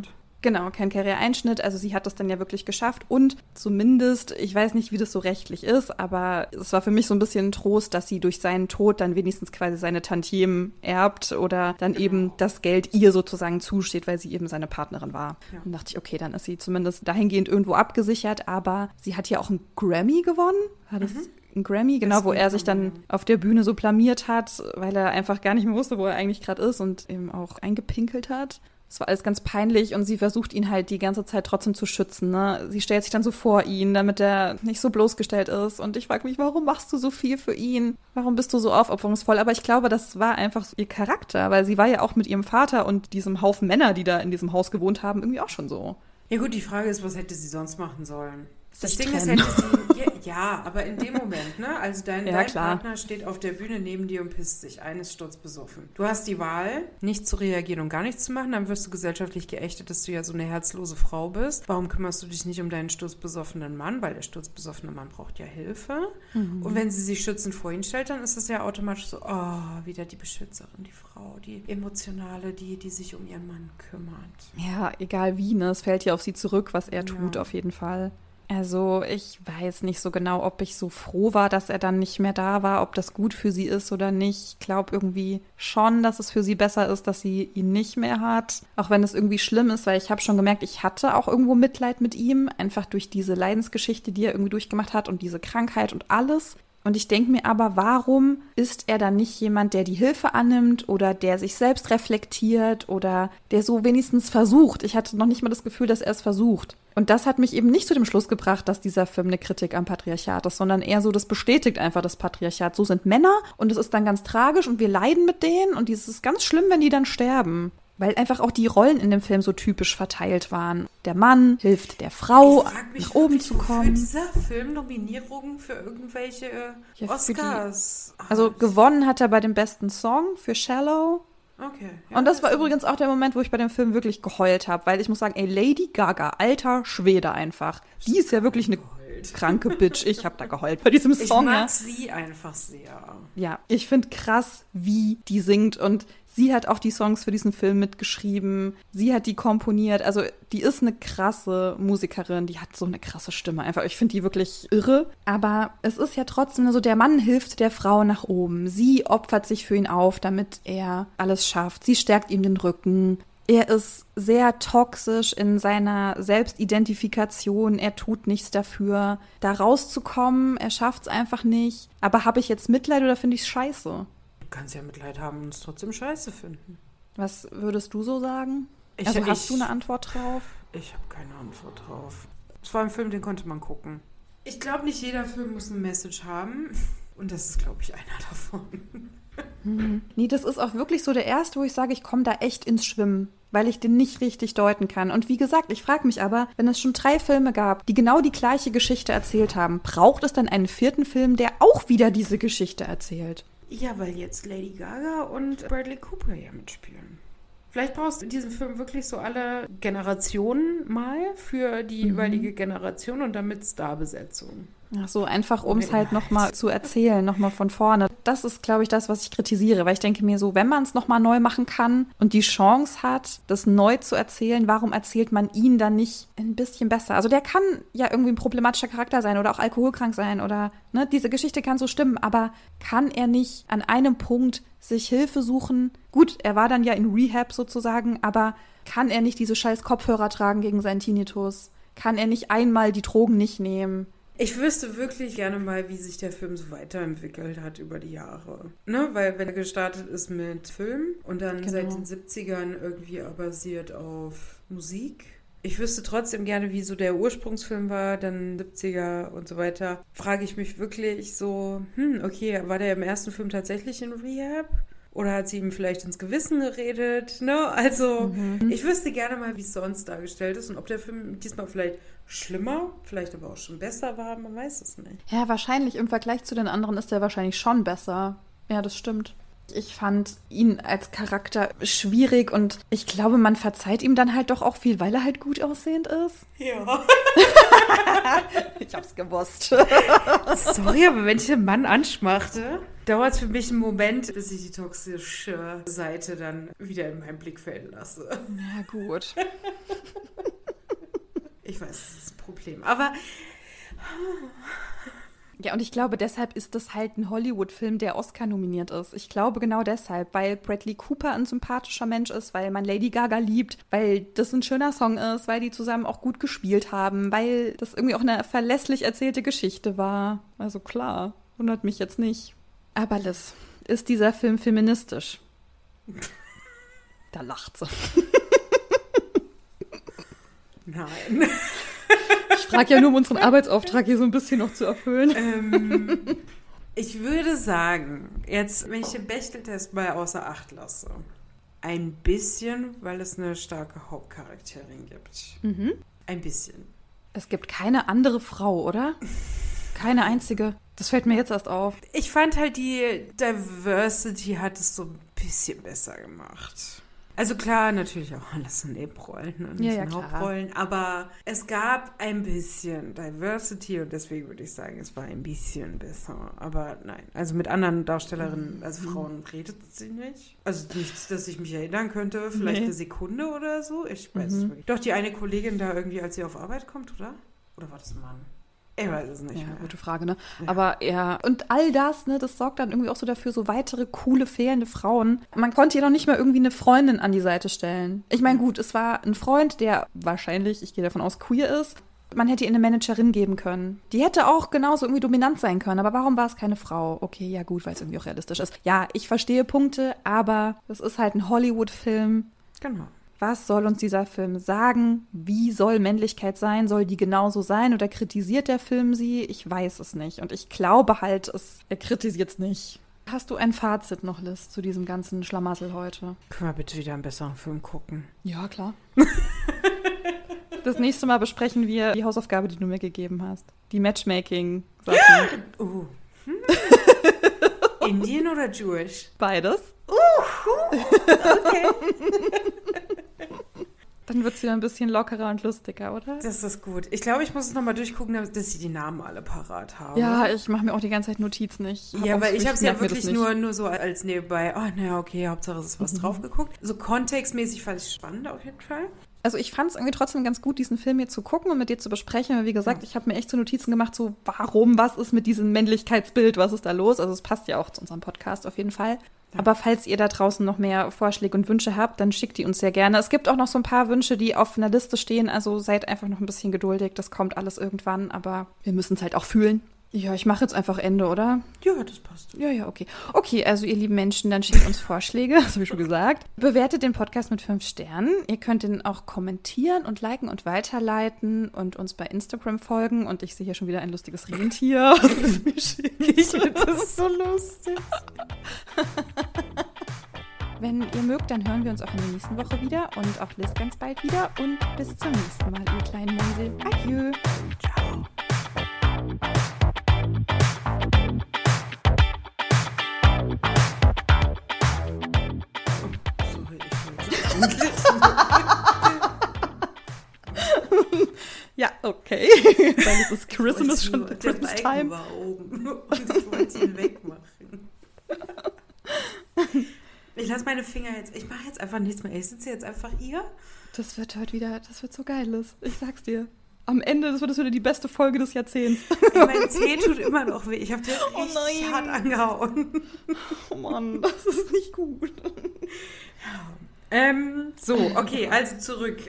Speaker 2: kein Karriereeinschnitt. Also sie hat das dann ja wirklich geschafft und zumindest, ich weiß nicht, wie das so rechtlich ist, aber es war für mich so ein bisschen ein Trost, dass sie durch seinen Tod dann wenigstens quasi seine Tantiemen erbt oder dann eben das Geld ihr sozusagen zusteht, weil sie eben seine Partnerin war. Ja. Und dachte ich, okay, dann ist sie zumindest dahingehend irgendwo abgesichert, aber sie hat ja auch einen Grammy gewonnen. War das ein Grammy? Genau, wo er sich dann auf der Bühne so blamiert hat, weil er einfach gar nicht mehr wusste, wo er eigentlich gerade ist und eben auch eingepinkelt hat. Es war alles ganz peinlich und sie versucht ihn halt die ganze Zeit trotzdem zu schützen. Ne? Sie stellt sich dann so vor ihn, damit er nicht so bloßgestellt ist. Und ich frage mich, warum machst du so viel für ihn? Warum bist du so aufopferungsvoll? Aber ich glaube, das war einfach so ihr Charakter, weil sie war ja auch mit ihrem Vater und diesem Haufen Männer, die da in diesem Haus gewohnt haben, irgendwie auch schon so.
Speaker 1: Ja gut, die Frage ist, was hätte sie sonst machen sollen? Das
Speaker 2: Sich
Speaker 1: Ding ist,
Speaker 2: trennen.
Speaker 1: hätte sie, ja, aber in dem Moment, ne? Also dein Partner steht auf der Bühne neben dir und pisst sich ein, ist sturzbesoffen. Du hast die Wahl, nicht zu reagieren und gar nichts zu machen, dann wirst du gesellschaftlich geächtet, dass du ja so eine herzlose Frau bist. Warum kümmerst du dich nicht um deinen sturzbesoffenen Mann? Weil der sturzbesoffene Mann braucht ja Hilfe. Und wenn sie sich schützend vor ihn stellt, dann ist es ja automatisch so, oh, wieder die Beschützerin, die Frau, die Emotionale, die sich um ihren Mann kümmert.
Speaker 2: Ja, egal wie, ne? Es fällt ja auf sie zurück, was er tut, auf jeden Fall. Also ich weiß nicht so genau, ob ich so froh war, dass er dann nicht mehr da war, ob das gut für sie ist oder nicht. Ich glaube irgendwie schon, dass es für sie besser ist, dass sie ihn nicht mehr hat. Auch wenn es irgendwie schlimm ist, weil ich habe schon gemerkt, ich hatte auch irgendwo Mitleid mit ihm, einfach durch diese Leidensgeschichte, die er irgendwie durchgemacht hat und diese Krankheit und alles. Und ich denke mir aber, warum ist er dann nicht jemand, der die Hilfe annimmt oder der sich selbst reflektiert oder der so wenigstens versucht? Ich hatte noch nicht mal das Gefühl, dass er es versucht. Und das hat mich eben nicht zu dem Schluss gebracht, dass dieser Film eine Kritik am Patriarchat ist, sondern eher so, das bestätigt einfach das Patriarchat. So sind Männer und es ist dann ganz tragisch und wir leiden mit denen und es ist ganz schlimm, wenn die dann sterben. Weil einfach auch die Rollen in dem Film so typisch verteilt waren. Der Mann hilft der Frau, nach oben zu kommen.
Speaker 1: Für dieser Film Nominierungen für irgendwelche Oscars.
Speaker 2: Also gewonnen hat er bei dem besten Song für Shallow.
Speaker 1: Okay. Ja,
Speaker 2: und das war übrigens auch der Moment, wo ich bei dem Film wirklich geheult habe. Weil ich muss sagen, ey, Lady Gaga, alter Schwede einfach. Die ist ja wirklich eine kranke Bitch. Ich habe da geheult bei diesem Song.
Speaker 1: Ich mag sie einfach sehr.
Speaker 2: Ja, ich finde krass, wie die singt und Sie hat auch die Songs für diesen Film mitgeschrieben. Sie hat die komponiert. Also die ist eine krasse Musikerin. Die hat so eine krasse Stimme einfach. Ich finde die wirklich irre. Aber es ist ja trotzdem so, der Mann hilft der Frau nach oben. Sie opfert sich für ihn auf, damit er alles schafft. Sie stärkt ihm den Rücken. Er ist sehr toxisch in seiner Selbstidentifikation. Er tut nichts dafür, da rauszukommen. Er schafft es einfach nicht. Aber habe ich jetzt Mitleid oder finde ich es scheiße?
Speaker 1: Du kannst ja Mitleid haben und es trotzdem scheiße finden.
Speaker 2: Was würdest du so sagen? Hast du eine Antwort drauf?
Speaker 1: Ich habe keine Antwort drauf. Es war ein Film, den konnte man gucken. Ich glaube, nicht jeder Film muss eine Message haben. Und das ist, glaube ich, einer davon.
Speaker 2: Nee, das ist auch wirklich so der erste, wo ich sage, ich komme da echt ins Schwimmen, weil ich den nicht richtig deuten kann. Und wie gesagt, ich frage mich aber, wenn es schon 3 Filme gab, die genau die gleiche Geschichte erzählt haben, braucht es dann einen 4. Film, der auch wieder diese Geschichte erzählt?
Speaker 1: Ja, weil jetzt Lady Gaga und Bradley Cooper ja mitspielen. Vielleicht brauchst du in diesem Film wirklich so alle Generationen mal für die jeweilige Generation und damit Starbesetzung.
Speaker 2: Ach so, einfach um es halt nochmal zu erzählen, nochmal von vorne. Das ist, glaube ich, das, was ich kritisiere, weil ich denke mir so, wenn man es nochmal neu machen kann und die Chance hat, das neu zu erzählen, warum erzählt man ihn dann nicht ein bisschen besser? Also der kann ja irgendwie ein problematischer Charakter sein oder auch alkoholkrank sein oder, ne, diese Geschichte kann so stimmen, aber kann er nicht an einem Punkt sich Hilfe suchen? Gut, er war dann ja in Rehab sozusagen, aber kann er nicht diese scheiß Kopfhörer tragen gegen seinen Tinnitus? Kann er nicht einmal die Drogen nicht nehmen?
Speaker 1: Ich wüsste wirklich gerne mal, wie sich der Film so weiterentwickelt hat über die Jahre. Ne? Weil wenn er gestartet ist mit Film und dann seit den 70ern irgendwie basiert auf Musik. Ich wüsste trotzdem gerne, wie so der Ursprungsfilm war, dann 70er und so weiter. Frage ich mich wirklich so, okay, war der im ersten Film tatsächlich in Rehab? Oder hat sie ihm vielleicht ins Gewissen geredet? Ne? Also, ich wüsste gerne mal, wie es sonst dargestellt ist und ob der Film diesmal vielleicht schlimmer, vielleicht aber auch schon besser war, man weiß es nicht.
Speaker 2: Ja, wahrscheinlich im Vergleich zu den anderen ist der wahrscheinlich schon besser. Ja, das stimmt. Ich fand ihn als Charakter schwierig und ich glaube, man verzeiht ihm dann halt doch auch viel, weil er halt gut aussehend ist.
Speaker 1: Ja.
Speaker 2: Ich hab's gewusst.
Speaker 1: Sorry, aber wenn ich den Mann anschmachte, dauert es für mich einen Moment, bis ich die toxische Seite dann wieder in meinem Blickfeld lasse.
Speaker 2: Ja, gut.
Speaker 1: Ich weiß, das ist ein Problem, aber...
Speaker 2: Ja, und ich glaube, deshalb ist das halt ein Hollywood-Film, der Oscar nominiert ist. Ich glaube genau deshalb, weil Bradley Cooper ein sympathischer Mensch ist, weil man Lady Gaga liebt, weil das ein schöner Song ist, weil die zusammen auch gut gespielt haben, weil das irgendwie auch eine verlässlich erzählte Geschichte war. Also klar, wundert mich jetzt nicht. Aber Liz, ist dieser Film feministisch? Da lacht sie.
Speaker 1: Nein.
Speaker 2: Ich frage ja nur, um unseren Arbeitsauftrag hier so ein bisschen noch zu erfüllen.
Speaker 1: Ich würde sagen, jetzt, wenn ich den Bechdel-Test mal außer Acht lasse, ein bisschen, weil es eine starke Hauptcharakterin gibt. Ein bisschen.
Speaker 2: Es gibt keine andere Frau, oder? Keine einzige. Das fällt mir jetzt erst auf.
Speaker 1: Ich fand halt, die Diversity hat es so ein bisschen besser gemacht. Also klar, natürlich auch alles in Nebenrollen und nicht in Hauptrollen, aber es gab ein bisschen Diversity und deswegen würde ich sagen, es war ein bisschen besser. Aber nein, also mit anderen Darstellerinnen, also Frauen redet sie nicht. Also nichts, dass ich mich erinnern könnte, vielleicht eine Sekunde oder so. Ich weiß es wirklich. Doch die eine Kollegin da irgendwie, als sie auf Arbeit kommt, oder? Oder war das ein Mann? Ich weiß es nicht mehr.
Speaker 2: Gute Frage, ne? Ja. Aber ja, und all das, ne, das sorgt dann irgendwie auch so dafür, so weitere coole, fehlende Frauen. Man konnte ihr noch nicht mal irgendwie eine Freundin an die Seite stellen. Ich meine, gut, es war ein Freund, der wahrscheinlich, ich gehe davon aus, queer ist. Man hätte ihr eine Managerin geben können. Die hätte auch genauso irgendwie dominant sein können. Aber warum war es keine Frau? Okay, ja gut, weil es irgendwie auch realistisch ist. Ja, ich verstehe Punkte, aber das ist halt ein Hollywood-Film.
Speaker 1: Genau.
Speaker 2: Was soll uns dieser Film sagen? Wie soll Männlichkeit sein? Soll die genauso sein? Oder kritisiert der Film sie? Ich weiß es nicht. Und ich glaube halt, er kritisiert es nicht. Hast du ein Fazit noch, Liz, zu diesem ganzen Schlamassel heute?
Speaker 1: Können wir bitte wieder einen besseren Film gucken?
Speaker 2: Ja, klar. Das nächste Mal besprechen wir die Hausaufgabe, die du mir gegeben hast. Die Matchmaking-Sachen.
Speaker 1: Indian oder Jewish?
Speaker 2: Beides.
Speaker 1: Okay.
Speaker 2: Dann wird es wieder ein bisschen lockerer und lustiger, oder?
Speaker 1: Das ist gut. Ich glaube, ich muss es nochmal durchgucken, dass ich die Namen alle parat habe.
Speaker 2: Ja, ich mache mir auch die ganze Zeit Notizen.
Speaker 1: Aber ich habe es ja wirklich nur so als nebenbei, naja, okay, Hauptsache es ist was drauf geguckt. So kontextmäßig fand ich es spannend auf jeden Fall.
Speaker 2: Also ich fand es irgendwie trotzdem ganz gut, diesen Film hier zu gucken und mit dir zu besprechen. Weil wie gesagt, ich habe mir echt so Notizen gemacht, so was ist mit diesem Männlichkeitsbild, was ist da los? Also es passt ja auch zu unserem Podcast auf jeden Fall. Ja. Aber falls ihr da draußen noch mehr Vorschläge und Wünsche habt, dann schickt die uns sehr gerne. Es gibt auch noch so ein paar Wünsche, die auf einer Liste stehen, also seid einfach noch ein bisschen geduldig, das kommt alles irgendwann, aber wir müssen es halt auch fühlen. Ja, ich mache jetzt einfach Ende, oder?
Speaker 1: Ja, das passt.
Speaker 2: Ja, okay. Okay, also ihr lieben Menschen, dann schickt uns Vorschläge, das habe ich schon gesagt. Bewertet den Podcast mit 5 Sternen. Ihr könnt den auch kommentieren und liken und weiterleiten und uns bei Instagram folgen. Und ich sehe hier schon wieder ein lustiges Rentier. Das ist mir schick. Das ist so lustig. Wenn ihr mögt, dann hören wir uns auch in der nächsten Woche wieder und auch Liz ganz bald wieder. Und bis zum nächsten Mal, ihr kleinen Mäusel. Adieu. Ciao. Ja, okay. Weil es ist Christmas schon. Christmas Time.
Speaker 1: War oben und ich wollte ihn wegmachen. Ich lasse meine Finger jetzt. Ich mache jetzt einfach nichts mehr. Ich sitze jetzt einfach hier.
Speaker 2: Das wird heute wieder. Das wird so geil, Liz. Ich sag's dir. Am Ende, das wird das wieder die beste Folge des Jahrzehnts.
Speaker 1: Mein Zeh tut immer noch weh. Ich habe dir richtig hart angehauen.
Speaker 2: Oh Mann, das ist nicht gut.
Speaker 1: So, okay, also zurück.